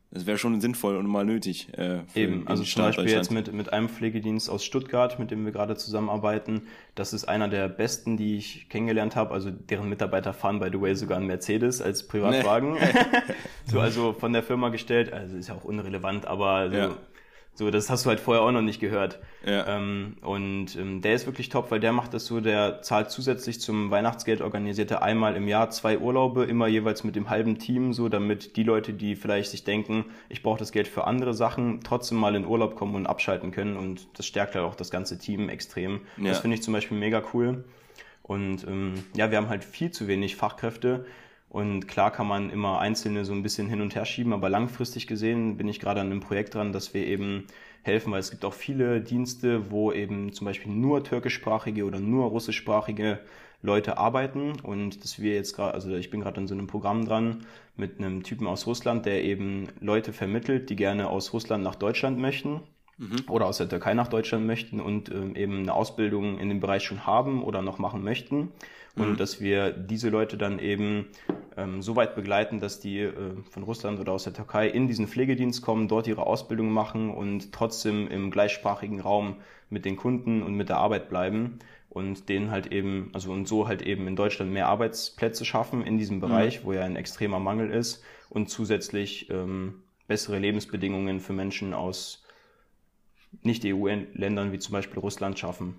Das wäre schon sinnvoll und mal nötig. Eben, also zum Beispiel jetzt mit einem Pflegedienst aus Stuttgart, mit dem wir gerade zusammenarbeiten. Das ist einer der besten, die ich kennengelernt habe. Also deren Mitarbeiter fahren, by the way, sogar einen Mercedes als Privatwagen. Nee. So, also von der Firma gestellt. Also ist ja auch irrelevant, aber so, das hast du halt vorher auch noch nicht gehört. Ja. Der ist wirklich top, weil der macht das so, der zahlt zusätzlich zum Weihnachtsgeld, organisiert er einmal im Jahr 2 Urlaube, immer jeweils mit dem halben Team, so damit die Leute, die vielleicht sich denken, ich brauche das Geld für andere Sachen, trotzdem mal in Urlaub kommen und abschalten können, und das stärkt halt auch das ganze Team extrem. Ja. Das finde ich zum Beispiel mega cool. Und wir haben halt viel zu wenig Fachkräfte. Und klar kann man immer Einzelne so ein bisschen hin und her schieben, aber langfristig gesehen bin ich gerade an einem Projekt dran, dass wir eben helfen, weil es gibt auch viele Dienste, wo eben zum Beispiel nur türkischsprachige oder nur russischsprachige Leute arbeiten, und dass wir jetzt gerade, also ich bin gerade an so einem Programm dran mit einem Typen aus Russland, der eben Leute vermittelt, die gerne aus Russland nach Deutschland möchten. Oder aus der Türkei nach Deutschland möchten und eben eine Ausbildung in dem Bereich schon haben oder noch machen möchten. Und dass wir diese Leute dann eben so weit begleiten, dass die von Russland oder aus der Türkei in diesen Pflegedienst kommen, dort ihre Ausbildung machen und trotzdem im gleichsprachigen Raum mit den Kunden und mit der Arbeit bleiben und denen halt eben, also und so halt eben in Deutschland mehr Arbeitsplätze schaffen in diesem Bereich, wo ja ein extremer Mangel ist, und zusätzlich bessere Lebensbedingungen für Menschen aus Nicht-EU-Ländern wie zum Beispiel Russland schaffen.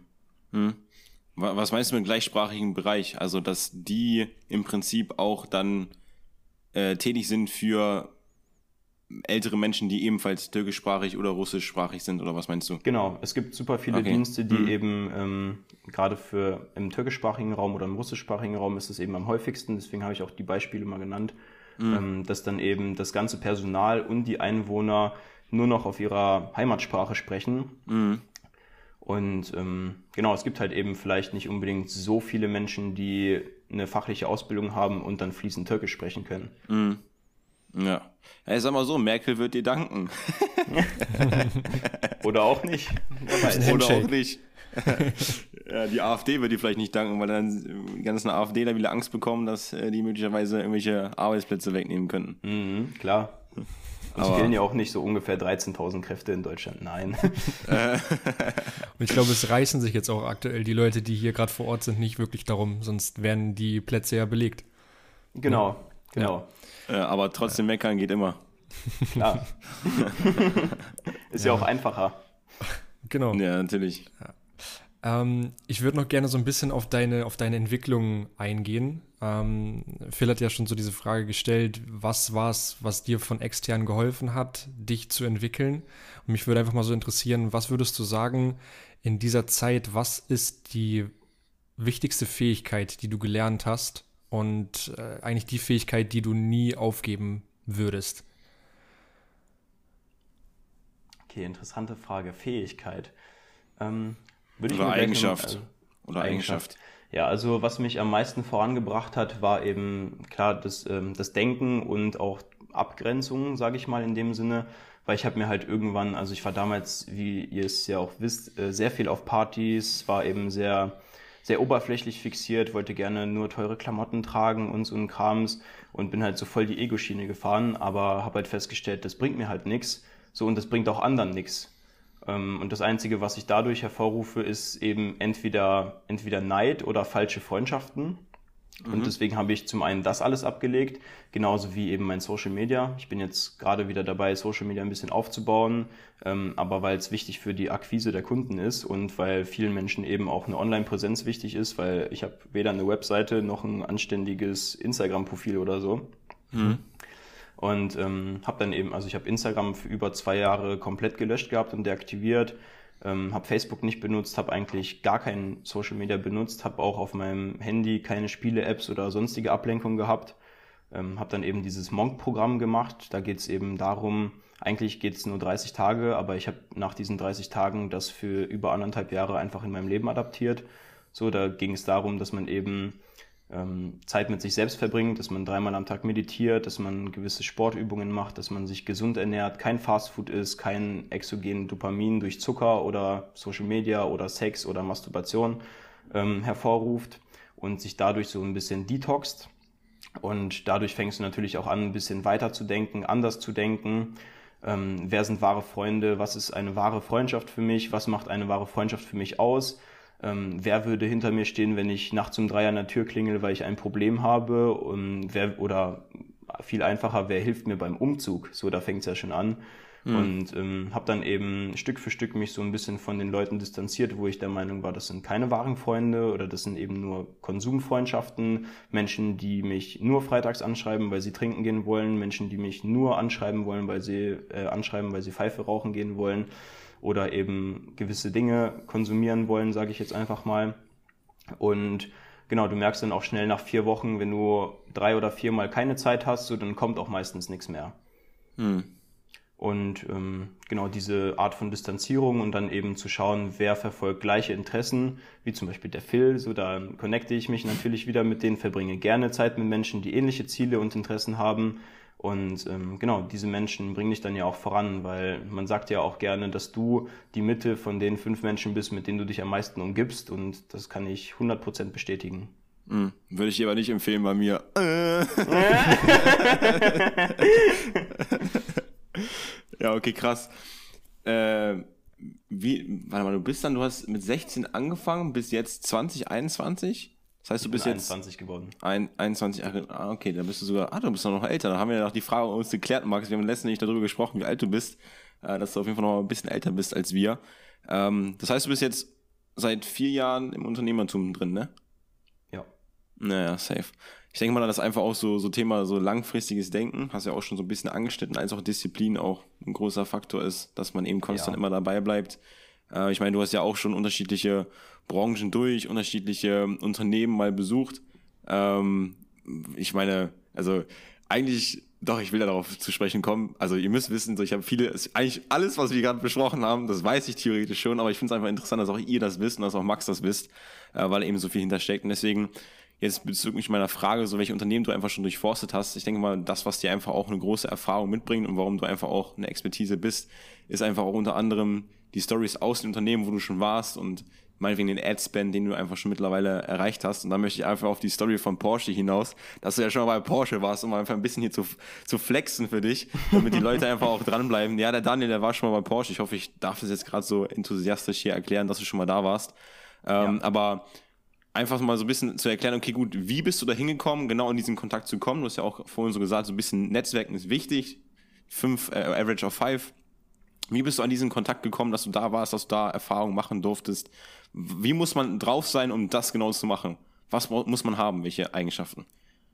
Was meinst du mit gleichsprachigen Bereich? Also, dass die im Prinzip auch dann tätig sind für ältere Menschen, die ebenfalls türkischsprachig oder russischsprachig sind, oder was meinst du? Genau, es gibt super viele Dienste, die eben gerade für im türkischsprachigen Raum oder im russischsprachigen Raum ist es eben am häufigsten, deswegen habe ich auch die Beispiele mal genannt, dass dann eben das ganze Personal und die Einwohner nur noch auf ihrer Heimatsprache sprechen. Und genau, es gibt halt eben vielleicht nicht unbedingt so viele Menschen, die eine fachliche Ausbildung haben und dann fließend Türkisch sprechen können. Ja, ich sag mal so, Merkel wird dir danken. Oder auch nicht. Oder auch nicht. Ja, die AfD wird dir vielleicht nicht danken, weil dann die ganzen AfDler wieder Angst bekommen, dass die möglicherweise irgendwelche Arbeitsplätze wegnehmen könnten. Klar. Es fehlen ja auch nicht so ungefähr 13.000 Kräfte in Deutschland, nein. Und ich glaube, es reißen sich jetzt auch aktuell die Leute, die hier gerade vor Ort sind, nicht wirklich darum, sonst wären die Plätze ja belegt. Genau. Ja, aber trotzdem meckern geht immer. Klar. Ist ja auch einfacher. Genau. Ja, natürlich. Ja. Ich würde noch gerne so ein bisschen auf deine Entwicklung eingehen. Phil hat ja schon so diese Frage gestellt, was war es, was dir von extern geholfen hat, dich zu entwickeln? Und mich würde einfach mal so interessieren, was würdest du sagen in dieser Zeit, was ist die wichtigste Fähigkeit, die du gelernt hast und eigentlich die Fähigkeit, die du nie aufgeben würdest? Okay, interessante Frage. Fähigkeit. Oder Eigenschaft. Eigenschaft. Ja, also was mich am meisten vorangebracht hat, war eben klar das Denken und auch Abgrenzung, sage ich mal in dem Sinne, weil ich habe mir halt irgendwann, also ich war damals, wie ihr es ja auch wisst, sehr viel auf Partys, war eben sehr, sehr oberflächlich fixiert, wollte gerne nur teure Klamotten tragen und so ein Krams und bin halt so voll die Ego-Schiene gefahren, aber habe halt festgestellt, das bringt mir halt nichts, so, und das bringt auch anderen nichts. Und das Einzige, was ich dadurch hervorrufe, ist eben entweder Neid oder falsche Freundschaften. Und deswegen habe ich zum einen das alles abgelegt, genauso wie eben mein Social Media. Ich bin jetzt gerade wieder dabei, Social Media ein bisschen aufzubauen, aber weil es wichtig für die Akquise der Kunden ist und weil vielen Menschen eben auch eine Online-Präsenz wichtig ist, weil ich habe weder eine Webseite noch ein anständiges Instagram-Profil oder so. Und habe dann eben, also ich habe Instagram für über 2 Jahre komplett gelöscht gehabt und deaktiviert, habe Facebook nicht benutzt, habe eigentlich gar kein Social Media benutzt, habe auch auf meinem Handy keine Spiele-Apps oder sonstige Ablenkung gehabt, habe dann eben dieses Monk-Programm gemacht. Da geht es eben darum, eigentlich geht es nur 30 Tage, aber ich habe nach diesen 30 Tagen das für über 1,5 Jahre einfach in meinem Leben adaptiert. So, da ging es darum, dass man eben Zeit mit sich selbst verbringt, dass man 3-mal am Tag meditiert, dass man gewisse Sportübungen macht, dass man sich gesund ernährt, kein Fastfood isst, kein exogen Dopamin durch Zucker oder Social Media oder Sex oder Masturbation hervorruft und sich dadurch so ein bisschen detoxt. Und dadurch fängst du natürlich auch an, ein bisschen weiter zu denken, anders zu denken. Wer sind wahre Freunde? Was ist eine wahre Freundschaft für mich? Was macht eine wahre Freundschaft für mich aus? Wer würde hinter mir stehen, wenn ich nachts um 3 an der Tür klingel, weil ich ein Problem habe? Oder viel einfacher, wer hilft mir beim Umzug? So, da fängt es ja schon an. Und habe dann eben Stück für Stück mich so ein bisschen von den Leuten distanziert, wo ich der Meinung war, das sind keine wahren Freunde oder das sind eben nur Konsumfreundschaften. Menschen, die mich nur freitags anschreiben, weil sie trinken gehen wollen. Menschen, die mich nur anschreiben wollen, weil sie Pfeife rauchen gehen wollen oder eben gewisse Dinge konsumieren wollen, sage ich jetzt einfach mal. Und genau, du merkst dann auch schnell nach 4 Wochen, wenn du 3 oder 4 Mal keine Zeit hast, so, dann kommt auch meistens nichts mehr. Und genau diese Art von Distanzierung und dann eben zu schauen, wer verfolgt gleiche Interessen, wie zum Beispiel der Phil, so da connecte ich mich natürlich wieder mit denen, verbringe gerne Zeit mit Menschen, die ähnliche Ziele und Interessen haben. Und genau, diese Menschen bringen dich dann ja auch voran, weil man sagt ja auch gerne, dass du die Mitte von den 5 Menschen bist, mit denen du dich am meisten umgibst, und das kann ich 100% bestätigen. Würde ich dir aber nicht empfehlen bei mir. Ja, okay, krass. Warte mal, du hast mit 16 angefangen, bis jetzt 2021? Das heißt, du bist jetzt 21 geworden. 21, okay, dann bist du sogar, du bist noch älter. Da haben wir ja noch die Frage uns geklärt, Max. Wir haben letztens nicht darüber gesprochen, wie alt du bist, dass du auf jeden Fall noch ein bisschen älter bist als wir. Das heißt, du bist jetzt seit 4 Jahren im Unternehmertum drin, ne? Ja. Naja, safe. Ich denke mal, das ist einfach auch so Thema, so langfristiges Denken, hast ja auch schon so ein bisschen angeschnitten, als auch Disziplin auch ein großer Faktor ist, dass man eben konstant immer dabei bleibt. Ich meine, du hast ja auch schon unterschiedliche Branchen durch, unterschiedliche Unternehmen mal besucht. Ich meine, also eigentlich, doch, ich will da darauf zu sprechen kommen. Also ihr müsst wissen, so, ich habe eigentlich alles, was wir gerade besprochen haben, das weiß ich theoretisch schon, aber ich finde es einfach interessant, dass auch ihr das wisst und dass auch Max das wisst, weil eben so viel hintersteckt. Und deswegen jetzt bezüglich meiner Frage, so welche Unternehmen du einfach schon durchforstet hast, ich denke mal, das, was dir einfach auch eine große Erfahrung mitbringt und warum du einfach auch eine Expertise bist, ist einfach auch unter anderem die Stories aus den Unternehmen, wo du schon warst und meinetwegen den Ad-Spend, den du einfach schon mittlerweile erreicht hast. Und da möchte ich einfach auf die Story von Porsche hinaus, dass du ja schon mal bei Porsche warst, um einfach ein bisschen hier zu flexen für dich, damit die Leute einfach auch dranbleiben. Ja, der Daniel, der war schon mal bei Porsche. Ich hoffe, ich darf das jetzt gerade so enthusiastisch hier erklären, dass du schon mal da warst. Aber einfach mal so ein bisschen zu erklären, okay, gut, wie bist du da hingekommen, genau in diesen Kontakt zu kommen? Du hast ja auch vorhin so gesagt, so ein bisschen Netzwerken ist wichtig. 5, Average of 5. Wie bist du an diesen Kontakt gekommen, dass du da warst, dass du da Erfahrungen machen durftest? Wie muss man drauf sein, um das genau zu machen? Was muss man haben? Welche Eigenschaften?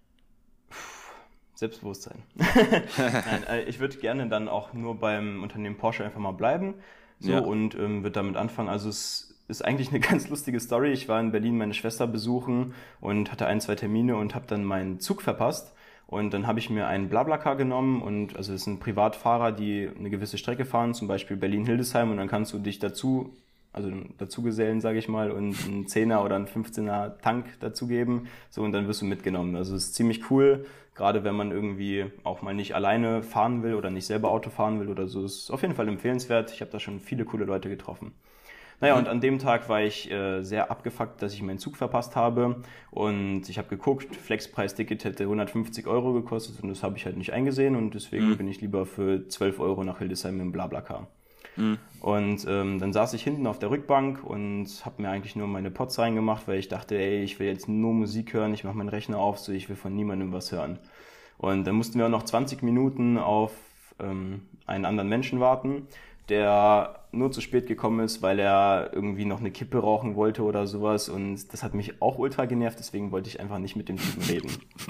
Selbstbewusstsein. Nein, ich würde gerne dann auch nur beim Unternehmen Porsche einfach mal bleiben und würde damit anfangen. Also es ist eigentlich eine ganz lustige Story. Ich war in Berlin meine Schwester besuchen und hatte 1, 2 Termine und habe dann meinen Zug verpasst. Und dann habe ich mir einen BlaBlaCar genommen und also es sind Privatfahrer, die eine gewisse Strecke fahren, zum Beispiel Berlin-Hildesheim, und dann kannst du dich dazu gesellen, sage ich mal, und einen 10er oder einen 15er Tank dazugeben, so, und dann wirst du mitgenommen. Also es ist ziemlich cool, gerade wenn man irgendwie auch mal nicht alleine fahren will oder nicht selber Auto fahren will oder so. Es ist auf jeden Fall empfehlenswert. Ich habe da schon viele coole Leute getroffen. Naja, und an dem Tag war ich sehr abgefuckt, dass ich meinen Zug verpasst habe, und ich habe geguckt, Flexpreis-Ticket hätte 150 € gekostet und das habe ich halt nicht eingesehen, und deswegen bin ich lieber für 12 € nach Hildesheim im BlaBlaCar. Und dann saß ich hinten auf der Rückbank und habe mir eigentlich nur meine Pods reingemacht, weil ich dachte, ey, ich will jetzt nur Musik hören, ich mache meinen Rechner auf, so, ich will von niemandem was hören. Und dann mussten wir auch noch 20 Minuten auf einen anderen Menschen warten, der nur zu spät gekommen ist, weil er irgendwie noch eine Kippe rauchen wollte oder sowas, und das hat mich auch ultra genervt, deswegen wollte ich einfach nicht mit dem Typen reden.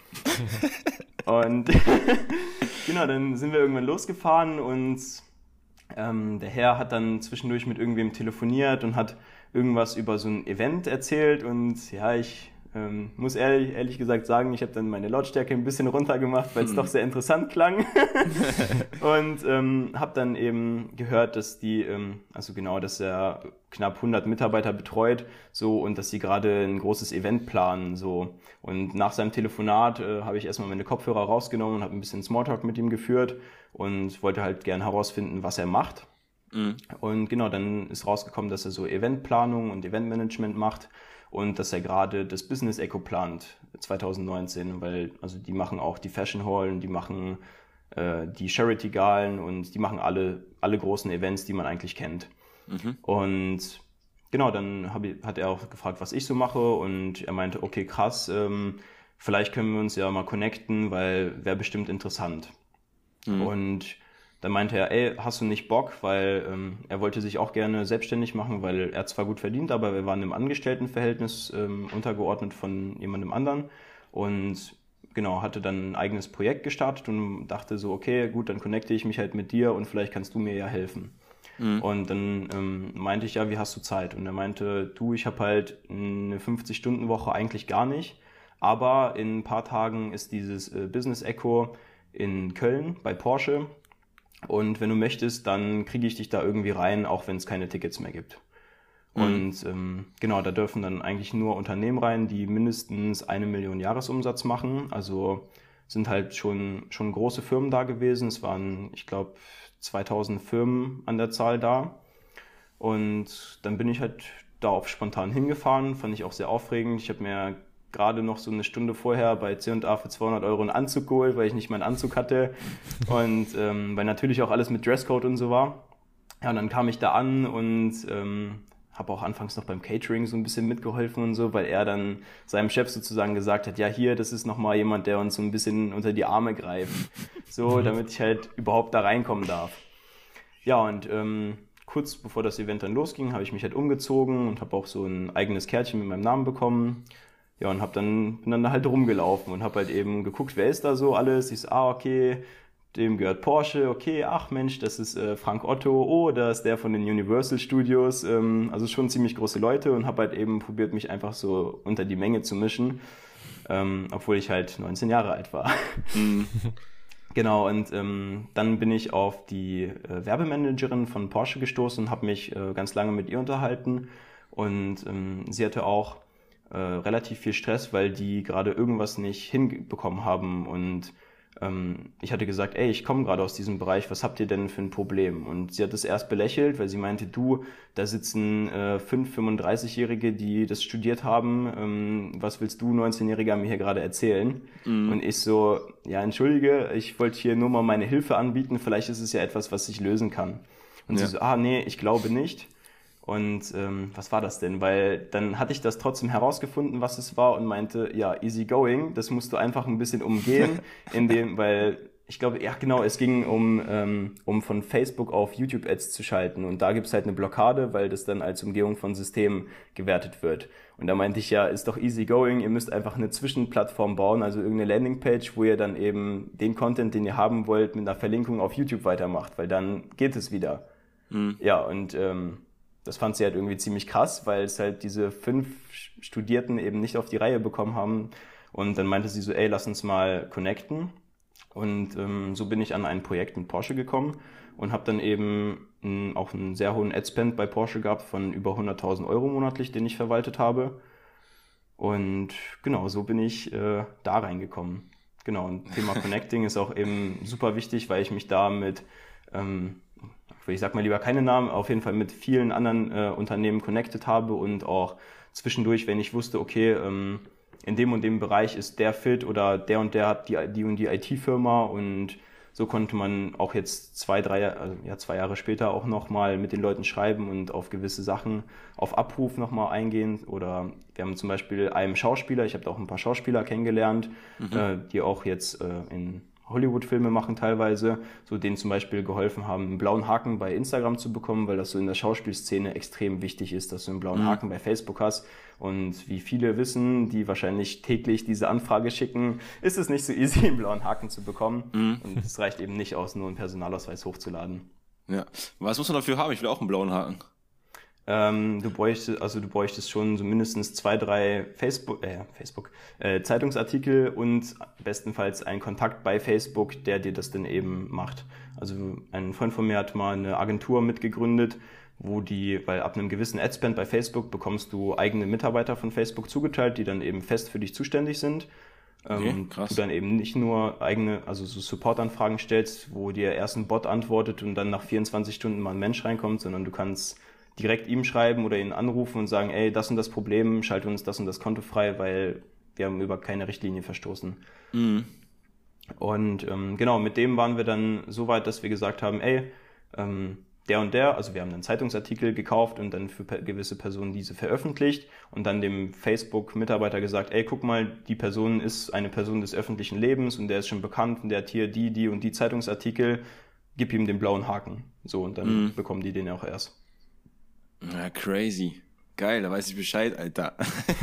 Und genau, dann sind wir irgendwann losgefahren und der Herr hat dann zwischendurch mit irgendwem telefoniert und hat irgendwas über so ein Event erzählt, und ja, ich muss ehrlich gesagt sagen, ich habe dann meine Lautstärke ein bisschen runtergemacht, weil es doch sehr interessant klang. Und habe dann eben gehört, dass dass er knapp 100 Mitarbeiter betreut, so, und dass sie gerade ein großes Event planen, so. Und nach seinem Telefonat habe ich erstmal meine Kopfhörer rausgenommen und habe ein bisschen Smalltalk mit ihm geführt und wollte halt gern herausfinden, was er macht. Und genau, dann ist rausgekommen, dass er so Eventplanung und Eventmanagement macht und dass er gerade das Business Echo plant 2019, weil also die machen auch die Fashion Hallen, die machen die Charity Galen und die machen alle großen Events, die man eigentlich kennt. Und genau, dann hat er auch gefragt, was ich so mache und er meinte, okay, krass, vielleicht können wir uns ja mal connecten, weil wäre bestimmt interessant. Und dann meinte er, ey, hast du nicht Bock, weil er wollte sich auch gerne selbstständig machen, weil er zwar gut verdient, aber wir waren im Angestelltenverhältnis untergeordnet von jemandem anderen und genau, hatte dann ein eigenes Projekt gestartet und dachte so, okay, gut, dann connecte ich mich halt mit dir und vielleicht kannst du mir ja helfen. Und dann meinte ich, ja, wie hast du Zeit? Und er meinte, du, ich habe halt eine 50-Stunden-Woche eigentlich gar nicht, aber in ein paar Tagen ist dieses Business Echo in Köln bei Porsche und wenn du möchtest, dann kriege ich dich da irgendwie rein, auch wenn es keine Tickets mehr gibt. Und genau, da dürfen dann eigentlich nur Unternehmen rein, die mindestens 1 Million Jahresumsatz machen. Also sind halt schon große Firmen da gewesen. Es waren, ich glaube, 2000 Firmen an der Zahl da. Und dann bin ich halt darauf spontan hingefahren. Fand ich auch sehr aufregend. Ich habe mir gerade noch so eine Stunde vorher bei C&A für 200 Euro einen Anzug geholt, weil ich nicht meinen Anzug hatte. Und weil natürlich auch alles mit Dresscode und so war. Ja, und dann kam ich da an und habe auch anfangs noch beim Catering so ein bisschen mitgeholfen und so, weil er dann seinem Chef sozusagen gesagt hat, ja hier, das ist nochmal jemand, der uns so ein bisschen unter die Arme greift, so, damit ich halt überhaupt da reinkommen darf. Ja, und kurz bevor das Event dann losging, habe ich mich halt umgezogen und habe auch so ein eigenes Kärtchen mit meinem Namen bekommen. Ja, und bin dann halt rumgelaufen und habe halt eben geguckt, wer ist da so alles. Ich so, okay, dem gehört Porsche, okay, ach Mensch, das ist Frank Otto, oh, da ist der von den Universal Studios, also schon ziemlich große Leute und habe halt eben probiert, mich einfach so unter die Menge zu mischen, obwohl ich halt 19 Jahre alt war. Genau, und dann bin ich auf die Werbemanagerin von Porsche gestoßen und habe mich ganz lange mit ihr unterhalten und sie hatte auch relativ viel Stress, weil die gerade irgendwas nicht hinbekommen haben und ich hatte gesagt, ey, ich komme gerade aus diesem Bereich, was habt ihr denn für ein Problem? Und sie hat es erst belächelt, weil sie meinte, du, da sitzen 5 35-Jährige, die das studiert haben, was willst du 19-Jähriger mir hier gerade erzählen? Und ich so, ja, entschuldige, ich wollte hier nur mal meine Hilfe anbieten, vielleicht ist es ja etwas, was ich lösen kann. Und sie so, nee, ich glaube nicht. Und was war das denn? Weil dann hatte ich das trotzdem herausgefunden, was es war und meinte, ja, easy going, das musst du einfach ein bisschen umgehen, weil ich glaube, ja genau, es ging um von Facebook auf YouTube-Ads zu schalten und da gibt's halt eine Blockade, weil das dann als Umgehung von Systemen gewertet wird. Und da meinte ich, ja, ist doch easy going, ihr müsst einfach eine Zwischenplattform bauen, also irgendeine Landingpage, wo ihr dann eben den Content, den ihr haben wollt, mit einer Verlinkung auf YouTube weitermacht, weil dann geht es wieder. Ja, und das fand sie halt irgendwie ziemlich krass, weil es halt diese 5 Studierten eben nicht auf die Reihe bekommen haben. Und dann meinte sie so, ey, lass uns mal connecten. Und so bin ich an ein Projekt mit Porsche gekommen und habe dann eben auch einen sehr hohen Adspend bei Porsche gehabt von über 100.000 Euro monatlich, den ich verwaltet habe. Und genau, so bin ich da reingekommen. Genau, und Thema Connecting ist auch eben super wichtig, weil ich mich da mit ich sag mal lieber keine Namen, auf jeden Fall mit vielen anderen Unternehmen connected habe und auch zwischendurch, wenn ich wusste, okay, in dem und dem Bereich ist der fit oder der und der hat die und die IT-Firma und so konnte man auch jetzt 2 Jahre später auch nochmal mit den Leuten schreiben und auf gewisse Sachen auf Abruf nochmal eingehen. Oder wir haben zum Beispiel einen Schauspieler, ich habe da auch ein paar Schauspieler kennengelernt, die auch jetzt in Hollywood-Filme machen teilweise, so denen zum Beispiel geholfen haben, einen blauen Haken bei Instagram zu bekommen, weil das so in der Schauspielszene extrem wichtig ist, dass du einen blauen Haken bei Facebook hast. Und wie viele wissen, die wahrscheinlich täglich diese Anfrage schicken, ist es nicht so easy, einen blauen Haken zu bekommen. Und es reicht eben nicht aus, nur einen Personalausweis hochzuladen. Ja. Was muss man dafür haben? Ich will auch einen blauen Haken. Du bräuchtest schon so mindestens 2, 3 Zeitungsartikel und bestenfalls einen Kontakt bei Facebook, der dir das dann eben macht. Also ein Freund von mir hat mal eine Agentur mitgegründet, weil ab einem gewissen Adspend bei Facebook bekommst du eigene Mitarbeiter von Facebook zugeteilt, die dann eben fest für dich zuständig sind. Okay, krass. Du dann eben nicht nur eigene, also so Support-Anfragen stellst, wo dir erst ein Bot antwortet und dann nach 24 Stunden mal ein Mensch reinkommt, sondern du kannst direkt ihm schreiben oder ihn anrufen und sagen, ey, das und das Problem, schalte uns das und das Konto frei, weil wir haben über keine Richtlinie verstoßen. Und genau, mit dem waren wir dann so weit, dass wir gesagt haben, ey, der und der, also wir haben einen Zeitungsartikel gekauft und dann für gewisse Personen diese veröffentlicht und dann dem Facebook-Mitarbeiter gesagt, ey, guck mal, die Person ist eine Person des öffentlichen Lebens und der ist schon bekannt und der hat hier die und die Zeitungsartikel, gib ihm den blauen Haken. So, und dann bekommen die den auch erst. Ja, crazy. Geil, da weiß ich Bescheid, Alter.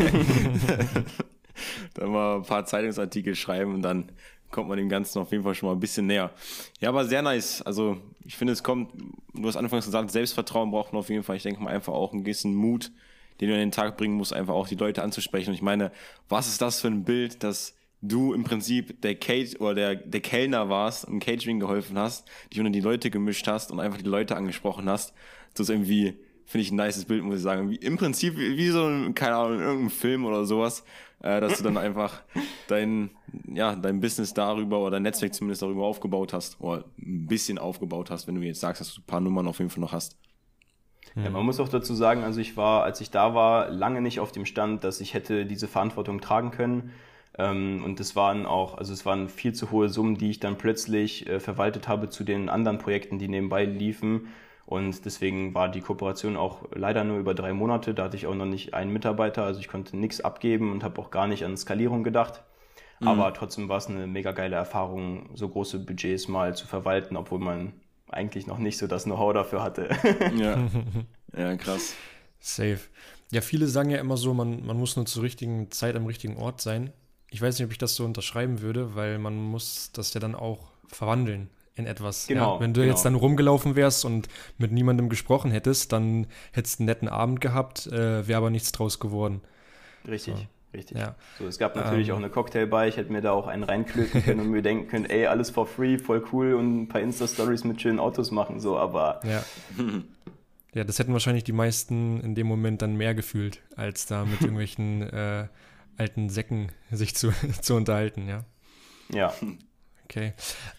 Dann mal ein paar Zeitungsartikel schreiben und dann kommt man dem Ganzen auf jeden Fall schon mal ein bisschen näher. Ja, aber sehr nice. Also ich finde, du hast anfangs gesagt, Selbstvertrauen braucht man auf jeden Fall. Ich denke mal einfach auch einen gewissen Mut, den du an den Tag bringen musst, einfach auch die Leute anzusprechen. Und ich meine, was ist das für ein Bild, dass du im Prinzip der Kellner warst, im Catering geholfen hast, dich unter die Leute gemischt hast und einfach die Leute angesprochen hast. Das ist irgendwie, finde ich, ein nices Bild, muss ich sagen. Im Prinzip wie so ein, keine Ahnung, irgendein Film oder sowas, dass du dann einfach dein Business darüber oder dein Netzwerk zumindest darüber aufgebaut hast oder ein bisschen aufgebaut hast, wenn du jetzt sagst, dass du ein paar Nummern auf jeden Fall noch hast. Ja, man muss auch dazu sagen, also ich war, als ich da war, lange nicht auf dem Stand, dass ich hätte diese Verantwortung tragen können. Und es waren viel zu hohe Summen, die ich dann plötzlich verwaltet habe zu den anderen Projekten, die nebenbei liefen. Und deswegen war die Kooperation auch leider nur über 3 Monate. Da hatte ich auch noch nicht einen Mitarbeiter, also ich konnte nichts abgeben und habe auch gar nicht an Skalierung gedacht. Aber trotzdem war es eine mega geile Erfahrung, so große Budgets mal zu verwalten, obwohl man eigentlich noch nicht so das Know-how dafür hatte. Ja, krass. Safe. Ja, viele sagen ja immer so, man muss nur zur richtigen Zeit am richtigen Ort sein. Ich weiß nicht, ob ich das so unterschreiben würde, weil man muss das ja dann auch verwandeln in etwas. Genau. Ja? Wenn du jetzt dann rumgelaufen wärst und mit niemandem gesprochen hättest, dann hättest du einen netten Abend gehabt, wäre aber nichts draus geworden. Richtig. So. Richtig. Ja. So, es gab natürlich auch eine Cocktailbar, ich hätte mir da auch einen reinklöten können und mir denken können, ey, alles for free, voll cool und ein paar Insta-Stories mit schönen Autos machen, so, aber... Ja. Ja, das hätten wahrscheinlich die meisten in dem Moment dann mehr gefühlt, als da mit irgendwelchen alten Säcken sich zu unterhalten, ja. Ja. Okay.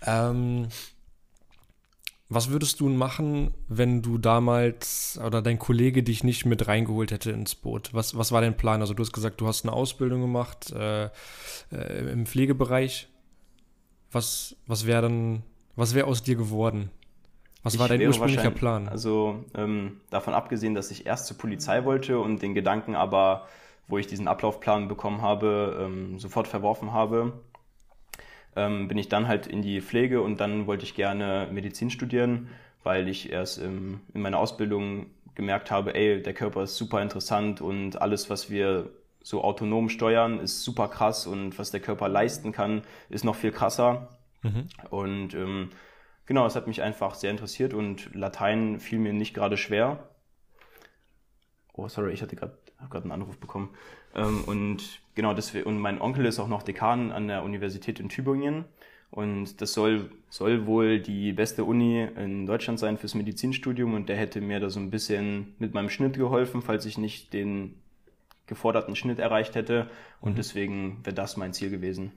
Was würdest du machen, wenn du damals oder dein Kollege dich nicht mit reingeholt hätte ins Boot? Was war dein Plan? Also du hast gesagt, du hast eine Ausbildung gemacht im Pflegebereich. Was wäre aus dir geworden? Was war dein ursprünglicher Plan? Also davon abgesehen, dass ich erst zur Polizei wollte und den Gedanken aber, wo ich diesen Ablaufplan bekommen habe, sofort verworfen habe, bin ich dann halt in die Pflege und dann wollte ich gerne Medizin studieren, weil ich erst in meiner Ausbildung gemerkt habe, ey, der Körper ist super interessant und alles, was wir so autonom steuern, ist super krass und was der Körper leisten kann, ist noch viel krasser. Und genau, es hat mich einfach sehr interessiert und Latein fiel mir nicht gerade schwer. Oh, sorry, ich habe gerade einen Anruf bekommen. Und genau, und mein Onkel ist auch noch Dekan an der Universität in Tübingen. Und das soll wohl die beste Uni in Deutschland sein fürs Medizinstudium. Und der hätte mir da so ein bisschen mit meinem Schnitt geholfen, falls ich nicht den geforderten Schnitt erreicht hätte. Und deswegen wäre das mein Ziel gewesen.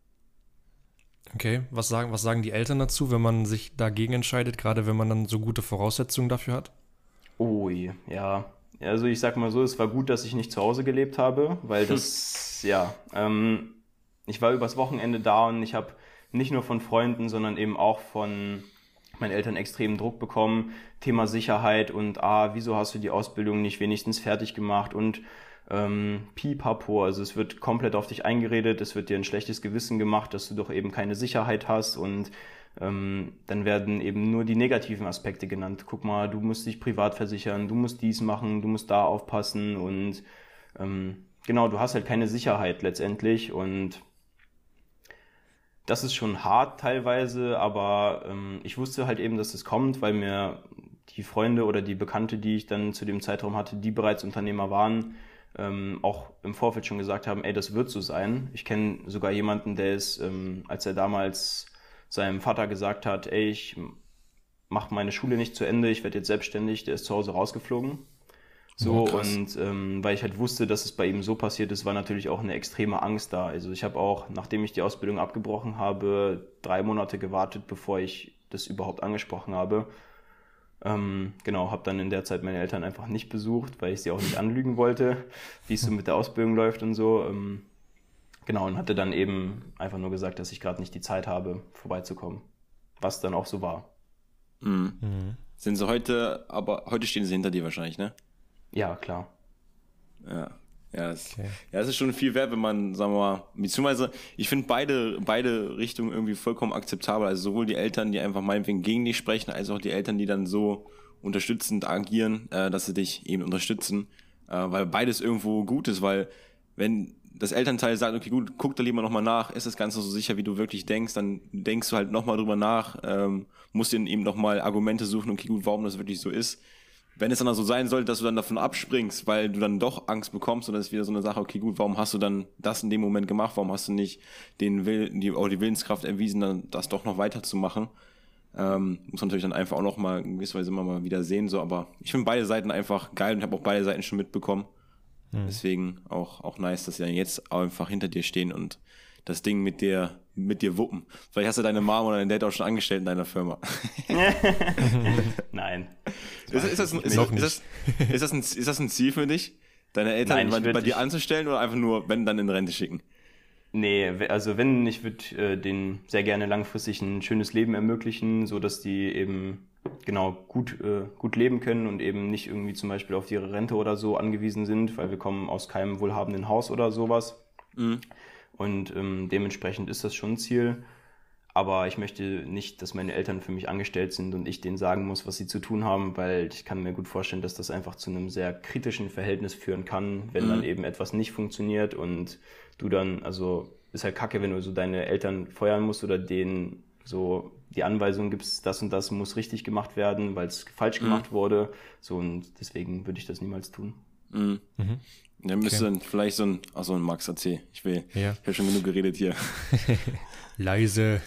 Okay, was sagen die Eltern dazu, wenn man sich dagegen entscheidet, gerade wenn man dann so gute Voraussetzungen dafür hat? Oh, ja. Also ich sag mal so, es war gut, dass ich nicht zu Hause gelebt habe, weil das, ich war übers Wochenende da und ich habe nicht nur von Freunden, sondern eben auch von meinen Eltern extremen Druck bekommen. Thema Sicherheit und wieso hast du die Ausbildung nicht wenigstens fertig gemacht und pipapo, also es wird komplett auf dich eingeredet, es wird dir ein schlechtes Gewissen gemacht, dass du doch eben keine Sicherheit hast und dann werden eben nur die negativen Aspekte genannt. Guck mal, du musst dich privat versichern, du musst dies machen, du musst da aufpassen und genau, du hast halt keine Sicherheit letztendlich und das ist schon hart teilweise, aber ich wusste halt eben, dass es kommt, weil mir die Freunde oder die Bekannte, die ich dann zu dem Zeitraum hatte, die bereits Unternehmer waren, auch im Vorfeld schon gesagt haben, ey, das wird so sein. Ich kenne sogar jemanden, der ist, als er damals seinem Vater gesagt hat, ey, ich mache meine Schule nicht zu Ende, ich werde jetzt selbstständig, der ist zu Hause rausgeflogen. So, krass. und weil ich halt wusste, dass es bei ihm so passiert ist, war natürlich auch eine extreme Angst da. Also ich habe auch, nachdem ich die Ausbildung abgebrochen habe, 3 Monate gewartet, bevor ich das überhaupt angesprochen habe. Genau, habe dann in der Zeit meine Eltern einfach nicht besucht, weil ich sie auch nicht anlügen wollte, wie es so mit der Ausbildung läuft und so. Genau, und hatte dann eben einfach nur gesagt, dass ich gerade nicht die Zeit habe, vorbeizukommen. Was dann auch so war. Sind sie heute, aber heute stehen sie hinter dir wahrscheinlich, ne? Ja, klar. Ja. Ja, es ist schon viel wert, wenn man, sagen wir mal, beziehungsweise ich finde beide Richtungen irgendwie vollkommen akzeptabel. Also sowohl die Eltern, die einfach meinetwegen gegen dich sprechen, als auch die Eltern, die dann so unterstützend agieren, dass sie dich eben unterstützen. Weil beides irgendwo gut ist, weil wenn das Elternteil sagt, okay, gut, guck da lieber nochmal nach, ist das Ganze so sicher, wie du wirklich denkst, dann denkst du halt nochmal drüber nach, musst dir eben nochmal Argumente suchen, okay, gut, warum das wirklich so ist. Wenn es dann so sein sollte, dass du dann davon abspringst, weil du dann doch Angst bekommst, und das ist wieder so eine Sache, okay, gut, warum hast du dann das in dem Moment gemacht, warum hast du nicht die Willenskraft erwiesen, dann das doch noch weiterzumachen, muss man natürlich dann einfach auch noch mal in gewisser Weise immer mal wieder sehen, so, aber ich finde beide Seiten einfach geil und habe auch beide Seiten schon mitbekommen. Deswegen auch nice, dass sie dann jetzt einfach hinter dir stehen und das Ding mit dir wuppen. Vielleicht hast du deine Mom oder deinen Dad auch schon angestellt in deiner Firma. Nein. Ist das ein Ziel für dich, deine Eltern bei dir anzustellen oder einfach nur, wenn, dann in Rente schicken? Nee, also wenn, ich würde denen sehr gerne langfristig ein schönes Leben ermöglichen, so dass die eben genau gut leben können und eben nicht irgendwie zum Beispiel auf ihre Rente oder so angewiesen sind, weil wir kommen aus keinem wohlhabenden Haus oder sowas. Und dementsprechend ist das schon ein Ziel. Aber ich möchte nicht, dass meine Eltern für mich angestellt sind und ich denen sagen muss, was sie zu tun haben, weil ich kann mir gut vorstellen, dass das einfach zu einem sehr kritischen Verhältnis führen kann, wenn dann eben etwas nicht funktioniert und du dann, also ist halt kacke, wenn du so deine Eltern feuern musst oder denen so die Anweisung gibst, das und das muss richtig gemacht werden, weil es falsch gemacht wurde. So, und deswegen würde ich das niemals tun. Dann müsste dann vielleicht so ein Max, erzähl. Ich habe schon genug geredet hier. Leise.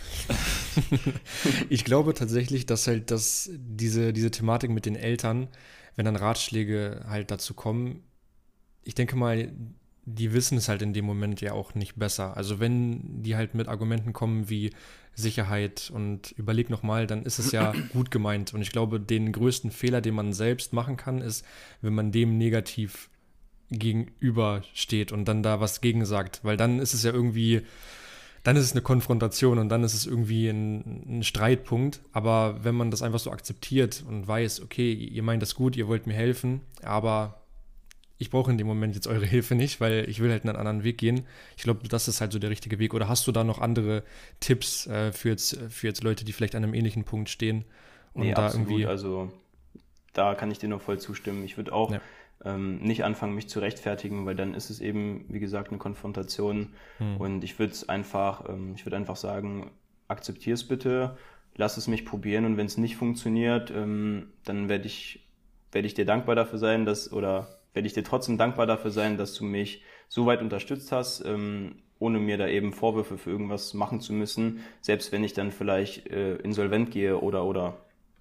Ich glaube tatsächlich, dass halt diese Thematik mit den Eltern, wenn dann Ratschläge halt dazu kommen, ich denke mal, die wissen es halt in dem Moment ja auch nicht besser. Also wenn die halt mit Argumenten kommen wie Sicherheit und überleg nochmal, dann ist es ja gut gemeint. Und ich glaube, den größten Fehler, den man selbst machen kann, ist, wenn man dem negativ gegenübersteht und dann da was gegen sagt. Weil dann ist es ja irgendwie, dann ist es eine Konfrontation und dann ist es irgendwie ein Streitpunkt. Aber wenn man das einfach so akzeptiert und weiß, okay, ihr meint das gut, ihr wollt mir helfen, aber ich brauche in dem Moment jetzt eure Hilfe nicht, weil ich will halt einen anderen Weg gehen. Ich glaube, das ist halt so der richtige Weg. Oder hast du da noch andere Tipps für jetzt Leute, die vielleicht an einem ähnlichen Punkt stehen? Und Nee, da absolut. irgendwie. Also da kann ich dir nur voll zustimmen. Ich würde auch nicht anfangen, mich zu rechtfertigen, weil dann ist es eben, wie gesagt, eine Konfrontation. Und ich würde einfach sagen, akzeptier es bitte, lass es mich probieren und wenn es nicht funktioniert, dann werde ich dir dankbar dafür sein, werde ich dir trotzdem dankbar dafür sein, dass du mich so weit unterstützt hast, ohne mir da eben Vorwürfe für irgendwas machen zu müssen, selbst wenn ich dann vielleicht insolvent gehe oder.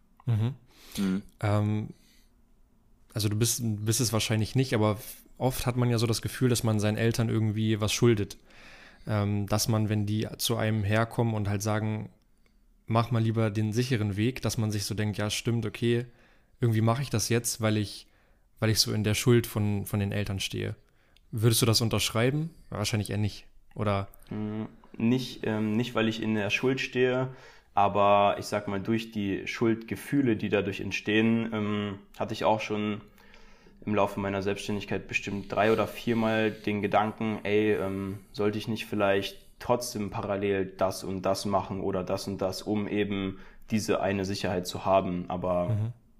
Also du bist es wahrscheinlich nicht, aber oft hat man ja so das Gefühl, dass man seinen Eltern irgendwie was schuldet. Dass man, wenn die zu einem herkommen und halt sagen, mach mal lieber den sicheren Weg, dass man sich so denkt, ja stimmt, okay, irgendwie mache ich das jetzt, weil ich so in der Schuld von den Eltern stehe. Würdest du das unterschreiben? Wahrscheinlich eher nicht, oder? Nicht, weil ich in der Schuld stehe, aber ich sag mal, durch die Schuldgefühle, die dadurch entstehen, hatte ich auch schon im Laufe meiner Selbstständigkeit bestimmt 3 oder 4 Mal den Gedanken, sollte ich nicht vielleicht trotzdem parallel das und das machen oder das und das, um eben diese eine Sicherheit zu haben. Aber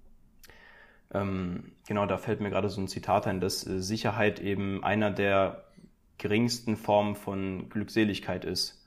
genau, da fällt mir gerade so ein Zitat ein, dass Sicherheit eben einer der geringsten Formen von Glückseligkeit ist.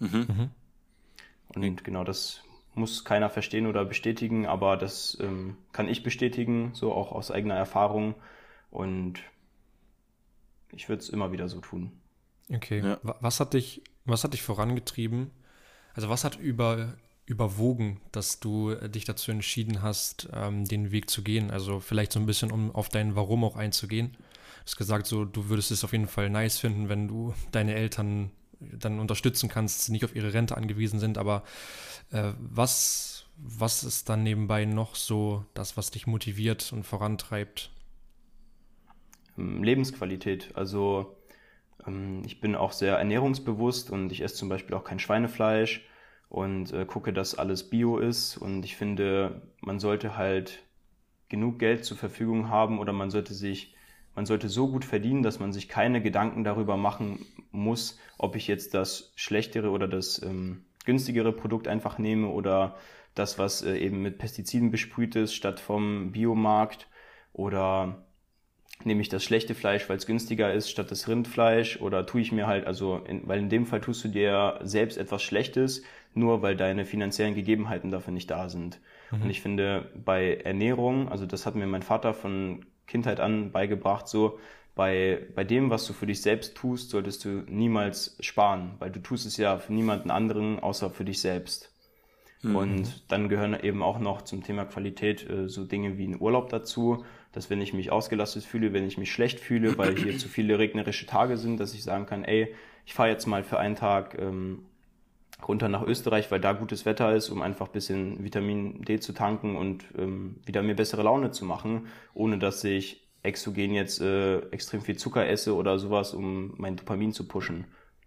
Und genau, das muss keiner verstehen oder bestätigen, aber das kann ich bestätigen, so auch aus eigener Erfahrung. Und ich würde es immer wieder so tun. Okay. Ja. Was hat dich vorangetrieben? Also was hat über überwogen, dass du dich dazu entschieden hast, den Weg zu gehen? Also vielleicht so ein bisschen, um auf dein Warum auch einzugehen. Du hast gesagt, so, du würdest es auf jeden Fall nice finden, wenn du deine Eltern dann unterstützen kannst, nicht auf ihre Rente angewiesen sind, aber was ist dann nebenbei noch so das, was dich motiviert und vorantreibt? Lebensqualität. Also ich bin auch sehr ernährungsbewusst und ich esse zum Beispiel auch kein Schweinefleisch und gucke, dass alles Bio ist. Und ich finde, man sollte halt genug Geld zur Verfügung haben oder man sollte so gut verdienen, dass man sich keine Gedanken darüber machen muss, ob ich jetzt das schlechtere oder das günstigere Produkt einfach nehme oder das, was eben mit Pestiziden besprüht ist, statt vom Biomarkt, oder nehme ich das schlechte Fleisch, weil es günstiger ist, statt das Rindfleisch, oder tue ich mir halt, weil in dem Fall tust du dir selbst etwas Schlechtes, nur weil deine finanziellen Gegebenheiten dafür nicht da sind. Und ich finde, bei Ernährung, also das hat mir mein Vater von Kindheit an beigebracht, so bei dem, was du für dich selbst tust, solltest du niemals sparen, weil du tust es ja für niemanden anderen, außer für dich selbst. Und dann gehören eben auch noch zum Thema Qualität so Dinge wie ein Urlaub dazu, dass wenn ich mich ausgelastet fühle, wenn ich mich schlecht fühle, weil hier zu viele regnerische Tage sind, dass ich sagen kann, ey, ich fahre jetzt mal für einen Tag runter nach Österreich, weil da gutes Wetter ist, um einfach ein bisschen Vitamin D zu tanken und wieder mir bessere Laune zu machen, ohne dass ich exogen jetzt extrem viel Zucker esse oder sowas, um mein Dopamin zu pushen.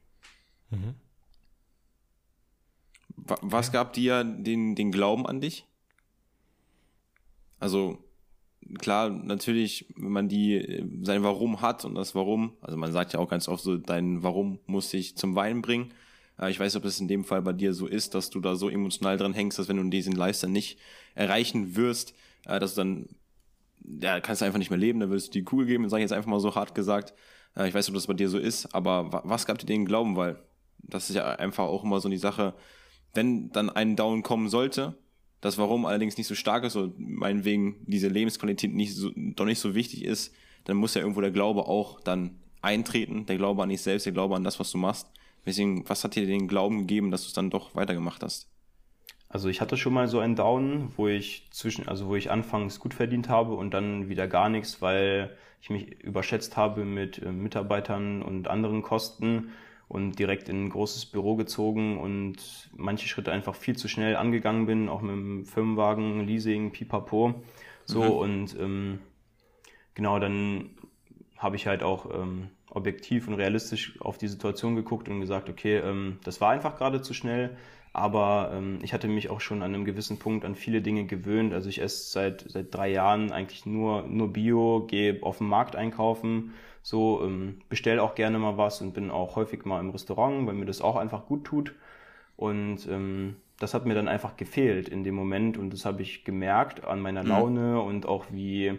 Was gab dir den Glauben an dich? Also klar, natürlich, wenn man sein Warum hat und das Warum, also man sagt ja auch ganz oft so, dein Warum muss dich zum Weinen bringen. Ich weiß nicht, ob es in dem Fall bei dir so ist, dass du da so emotional dran hängst, dass wenn du diesen Lifestyle nicht erreichen wirst, dass du dann, ja, kannst du einfach nicht mehr leben, dann wirst du die Kugel geben, sage ich jetzt einfach mal so hart gesagt. Ich weiß nicht, ob das bei dir so ist, aber was gab dir den Glauben? Weil das ist ja einfach auch immer so die Sache, wenn dann ein Down kommen sollte, das Warum allerdings nicht so stark ist und meinetwegen diese Lebensqualität doch nicht so wichtig ist, dann muss ja irgendwo der Glaube auch dann eintreten, der Glaube an dich selbst, der Glaube an das, was du machst. Deswegen, was hat dir den Glauben gegeben, dass du es dann doch weitergemacht hast? Also ich hatte schon mal so einen Down, wo ich anfangs gut verdient habe und dann wieder gar nichts, weil ich mich überschätzt habe mit Mitarbeitern und anderen Kosten und direkt in ein großes Büro gezogen und manche Schritte einfach viel zu schnell angegangen bin, auch mit dem Firmenwagen, Leasing, Pipapo. Und genau, dann habe ich halt auch objektiv und realistisch auf die Situation geguckt und gesagt, okay, das war einfach gerade zu schnell, aber ich hatte mich auch schon an einem gewissen Punkt an viele Dinge gewöhnt. Also ich esse seit 3 Jahren eigentlich nur Bio, gehe auf den Markt einkaufen, so bestelle auch gerne mal was und bin auch häufig mal im Restaurant, weil mir das auch einfach gut tut. Und das hat mir dann einfach gefehlt in dem Moment und das habe ich gemerkt an meiner Laune und auch wie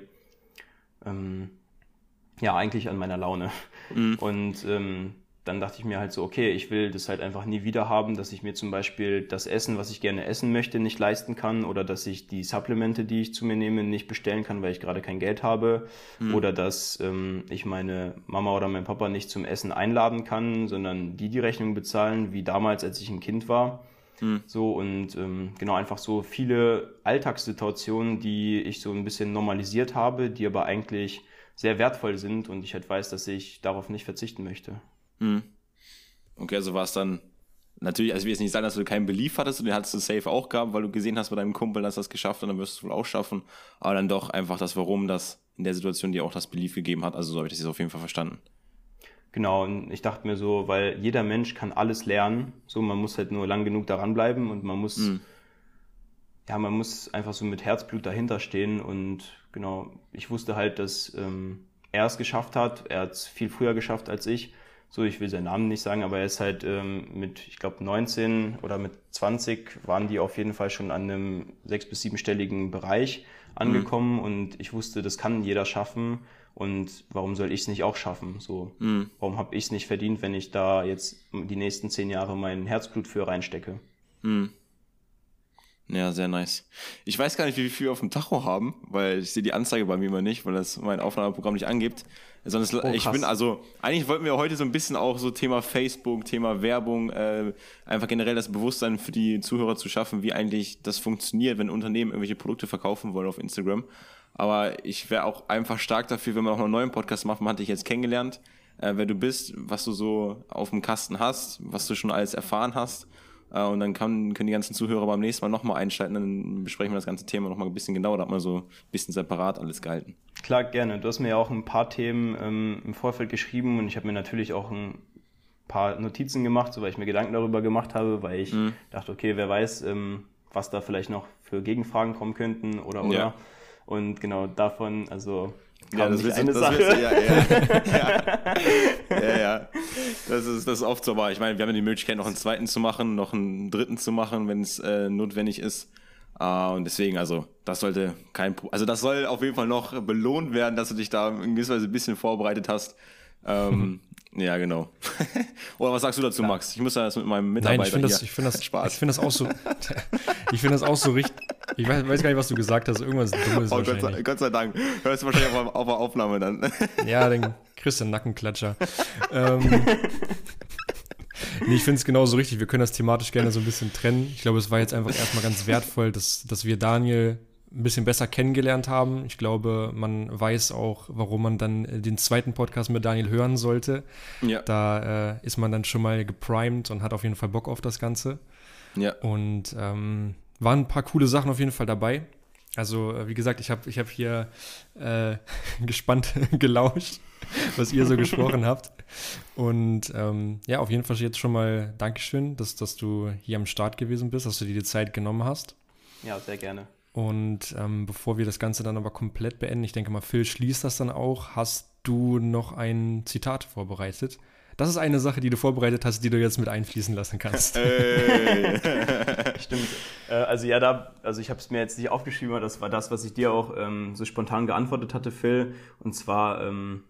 eigentlich an meiner Laune. Und dann dachte ich mir halt so, okay, ich will das halt einfach nie wieder haben, dass ich mir zum Beispiel das Essen, was ich gerne essen möchte, nicht leisten kann oder dass ich die Supplemente, die ich zu mir nehme, nicht bestellen kann, weil ich gerade kein Geld habe oder dass ich meine Mama oder meinen Papa nicht zum Essen einladen kann, sondern die Rechnung bezahlen, wie damals, als ich ein Kind war. So und genau einfach so viele Alltagssituationen, die ich so ein bisschen normalisiert habe, die aber eigentlich sehr wertvoll sind und ich halt weiß, dass ich darauf nicht verzichten möchte. Okay, also war es dann natürlich, also ich will jetzt nicht sagen, dass du keinen Belief hattest und den hattest du safe auch gehabt, weil du gesehen hast bei deinem Kumpel, dass er es geschafft hat und dann wirst du es wohl auch schaffen, aber dann doch einfach das Warum, das in der Situation dir auch das Belief gegeben hat, also so habe ich das jetzt auf jeden Fall verstanden. Genau, und ich dachte mir so, weil jeder Mensch kann alles lernen, so man muss halt nur lang genug daran bleiben und man muss man muss einfach so mit Herzblut dahinter stehen und genau, ich wusste halt, dass er es geschafft hat, er hat es viel früher geschafft als ich. So, ich will seinen Namen nicht sagen, aber er ist halt mit, ich glaube 19 oder mit 20 waren die auf jeden Fall schon an einem 6- bis 7-stelligen Bereich angekommen und ich wusste, das kann jeder schaffen und warum soll ich es nicht auch schaffen? So, warum habe ich es nicht verdient, wenn ich da jetzt die nächsten 10 Jahre mein Herzblut für reinstecke? Ja, sehr nice. Ich weiß gar nicht, wie viel wir auf dem Tacho haben, weil ich sehe die Anzeige bei mir immer nicht, weil das mein Aufnahmeprogramm nicht angibt. Ich bin eigentlich wollten wir heute so ein bisschen auch so Thema Facebook, Thema Werbung, einfach generell das Bewusstsein für die Zuhörer zu schaffen, wie eigentlich das funktioniert, wenn Unternehmen irgendwelche Produkte verkaufen wollen auf Instagram. Aber ich wäre auch einfach stark dafür, wenn wir auch noch einen neuen Podcast machen. Man hat dich jetzt kennengelernt, wer du bist, was du so auf dem Kasten hast, was du schon alles erfahren hast. Und dann können die ganzen Zuhörer beim nächsten Mal nochmal einschalten, dann besprechen wir das ganze Thema nochmal ein bisschen genauer, da hat man so ein bisschen separat alles gehalten. Klar, gerne. Du hast mir ja auch ein paar Themen im Vorfeld geschrieben und ich habe mir natürlich auch ein paar Notizen gemacht, so weil ich mir Gedanken darüber gemacht habe, weil ich dachte, okay, wer weiß, was da vielleicht noch für Gegenfragen kommen könnten oder. Ja. Und genau davon, also ja, das ist eine Sache. Ja. Das ist oft so, aber ich meine, wir haben ja die Möglichkeit, noch einen zweiten zu machen, noch einen dritten zu machen, wenn es notwendig ist. Und deswegen, also, das sollte das soll auf jeden Fall noch belohnt werden, dass du dich da in gewisser Weise ein bisschen vorbereitet hast. Ja, genau. Oder was sagst du dazu, Max? Ich muss das mit meinem Mitarbeiter ich finde das auch so, ich finde das auch so richtig, ich weiß gar nicht, was du gesagt hast, irgendwas Dummes wahrscheinlich. Gott sei Dank, hörst du wahrscheinlich auf der Aufnahme dann. Ja, dann kriegst du einen Nackenklatscher. Nee, ich finde es genauso richtig, wir können das thematisch gerne so ein bisschen trennen. Ich glaube, es war jetzt einfach erstmal ganz wertvoll, dass wir Daniel ein bisschen besser kennengelernt haben. Ich glaube, man weiß auch, warum man dann den zweiten Podcast mit Daniel hören sollte. Ja. Da ist man dann schon mal geprimed und hat auf jeden Fall Bock auf das Ganze. Ja. Und waren ein paar coole Sachen auf jeden Fall dabei. Also, wie gesagt, ich hab hier gespannt gelauscht, was ihr so gesprochen habt. Und ja, auf jeden Fall jetzt schon mal Dankeschön, dass du hier am Start gewesen bist, dass du dir die Zeit genommen hast. Ja, sehr gerne. Und bevor wir das Ganze dann aber komplett beenden, ich denke mal, Phil schließt das dann auch, hast du noch ein Zitat vorbereitet? Das ist eine Sache, die du vorbereitet hast, die du jetzt mit einfließen lassen kannst. Stimmt. Also ich habe es mir jetzt nicht aufgeschrieben, aber das war das, was ich dir auch so spontan geantwortet hatte, Phil. Und zwar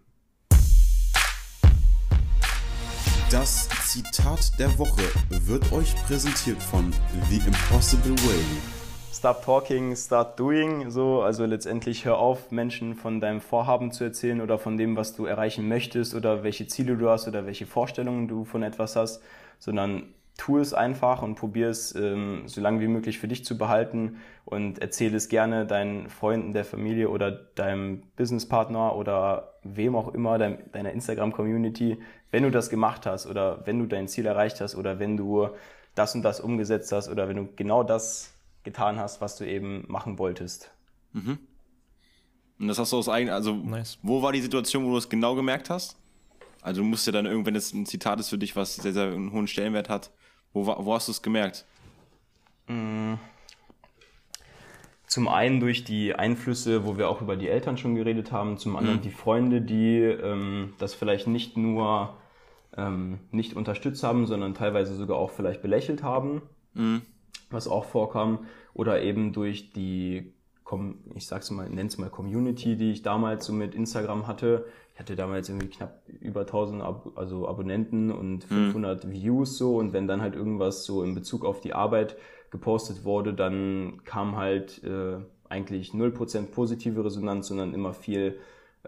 das Zitat der Woche wird euch präsentiert von The Impossible Way. Stop talking, start doing, so, also letztendlich hör auf, Menschen von deinem Vorhaben zu erzählen oder von dem, was du erreichen möchtest oder welche Ziele du hast oder welche Vorstellungen du von etwas hast, sondern tu es einfach und probier es so lange wie möglich für dich zu behalten und erzähle es gerne deinen Freunden, der Familie oder deinem Businesspartner oder wem auch immer, deiner Instagram-Community, wenn du das gemacht hast oder wenn du dein Ziel erreicht hast oder wenn du das und das umgesetzt hast oder wenn du genau das getan hast, was du eben machen wolltest. Mhm. Und das hast du nice. Wo war die Situation, wo du es genau gemerkt hast? Also du musst ja dann irgendwann, es ein Zitat ist für dich, was sehr, sehr einen hohen Stellenwert hat, wo hast du es gemerkt? Zum einen durch die Einflüsse, wo wir auch über die Eltern schon geredet haben, zum anderen die Freunde, die das vielleicht nicht nur nicht unterstützt haben, sondern teilweise sogar auch vielleicht belächelt haben. Was auch vorkam, oder eben durch die, ich sag's mal, nenn's mal Community, die ich damals so mit Instagram hatte. Ich hatte damals irgendwie knapp über 1000 Abonnenten und 500 Views so, und wenn dann halt irgendwas so in Bezug auf die Arbeit gepostet wurde, dann kam halt eigentlich 0% positive Resonanz, sondern immer viel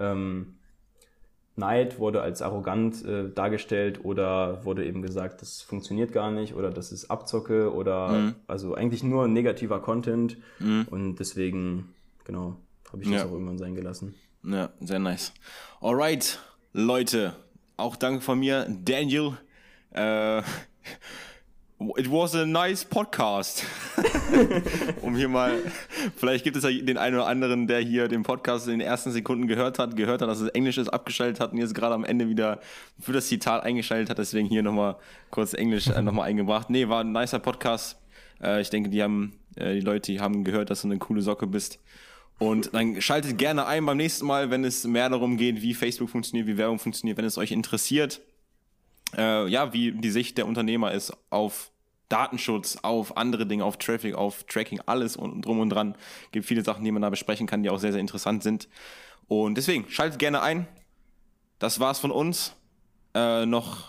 Neid, wurde als arrogant dargestellt oder wurde eben gesagt, das funktioniert gar nicht oder das ist Abzocke oder also eigentlich nur negativer Content und deswegen, genau, habe ich das auch irgendwann sein gelassen. Ja, sehr nice. Alright, Leute, auch danke von mir, Daniel. It was a nice podcast. Hier mal, vielleicht gibt es ja den einen oder anderen, der hier den Podcast in den ersten Sekunden gehört hat, dass es Englisch ist, abgeschaltet hat und jetzt gerade am Ende wieder für das Zitat eingeschaltet hat, deswegen hier nochmal kurz Englisch nochmal eingebracht. Nee, war ein nicer Podcast. Ich denke, die Leute, die haben gehört, dass du eine coole Socke bist. Und dann schaltet gerne ein beim nächsten Mal, wenn es mehr darum geht, wie Facebook funktioniert, wie Werbung funktioniert, wenn es euch interessiert. Wie die Sicht der Unternehmer ist auf Datenschutz, auf andere Dinge, auf Traffic, auf Tracking, alles und drum und dran. Gibt viele Sachen, die man da besprechen kann, die auch sehr, sehr interessant sind. Und deswegen, schaltet gerne ein. Das war's von uns. Noch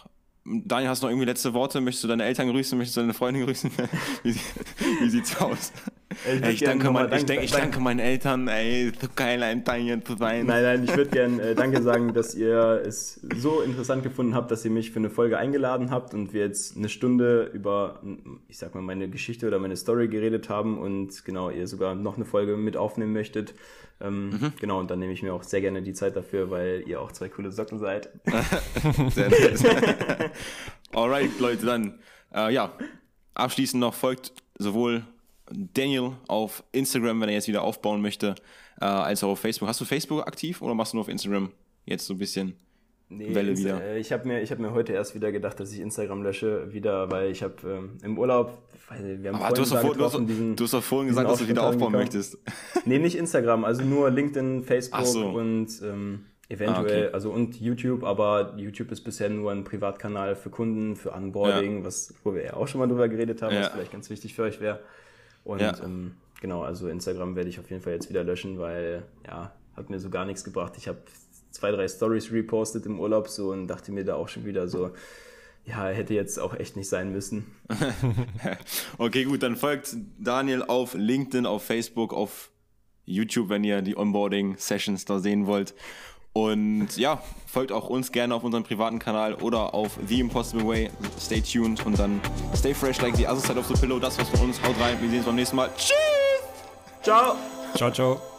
Daniel, hast du noch irgendwie letzte Worte? Möchtest du deine Eltern grüßen? Möchtest du deine Freundin grüßen? Wie sieht's aus? Ich danke meinen Eltern, ey, so geil, ein Daniel zu sein. Nein, ich würde gerne Danke sagen, dass ihr es so interessant gefunden habt, dass ihr mich für eine Folge eingeladen habt und wir jetzt eine Stunde über, ich sag mal, meine Geschichte oder meine Story geredet haben und genau, ihr sogar noch eine Folge mit aufnehmen möchtet. Genau, und dann nehme ich mir auch sehr gerne die Zeit dafür, weil ihr auch 2 coole Socken seid. Sehr nett. Alright, Leute, dann, abschließend noch folgt sowohl Daniel auf Instagram, wenn er jetzt wieder aufbauen möchte, als auch auf Facebook. Hast du Facebook aktiv oder machst du nur auf Instagram jetzt so ein bisschen Welle wieder? Ich hab mir heute erst wieder gedacht, dass ich Instagram lösche, weil ich habe im Urlaub, wir haben du hast doch vorhin gesagt, dass du wieder aufbauen möchtest. Nee, nicht Instagram, also nur LinkedIn, Facebook und eventuell, also und YouTube, aber YouTube ist bisher nur ein Privatkanal für Kunden, für Onboarding, wo wir ja auch schon mal drüber geredet haben, was vielleicht ganz wichtig für euch wäre. Und genau, also Instagram werde ich auf jeden Fall jetzt wieder löschen, weil hat mir so gar nichts gebracht. Ich habe 2, 3 Stories repostet im Urlaub so und dachte mir da auch schon wieder so, hätte jetzt auch echt nicht sein müssen. Okay, gut, dann folgt Daniel auf LinkedIn, auf Facebook, auf YouTube, wenn ihr die Onboarding-Sessions da sehen wollt. Und folgt auch uns gerne auf unserem privaten Kanal oder auf The Impossible Way. Stay tuned und dann stay fresh like the other side of the pillow. Das war's von uns. Haut rein. Wir sehen uns beim nächsten Mal. Tschüss! Ciao! Ciao, ciao.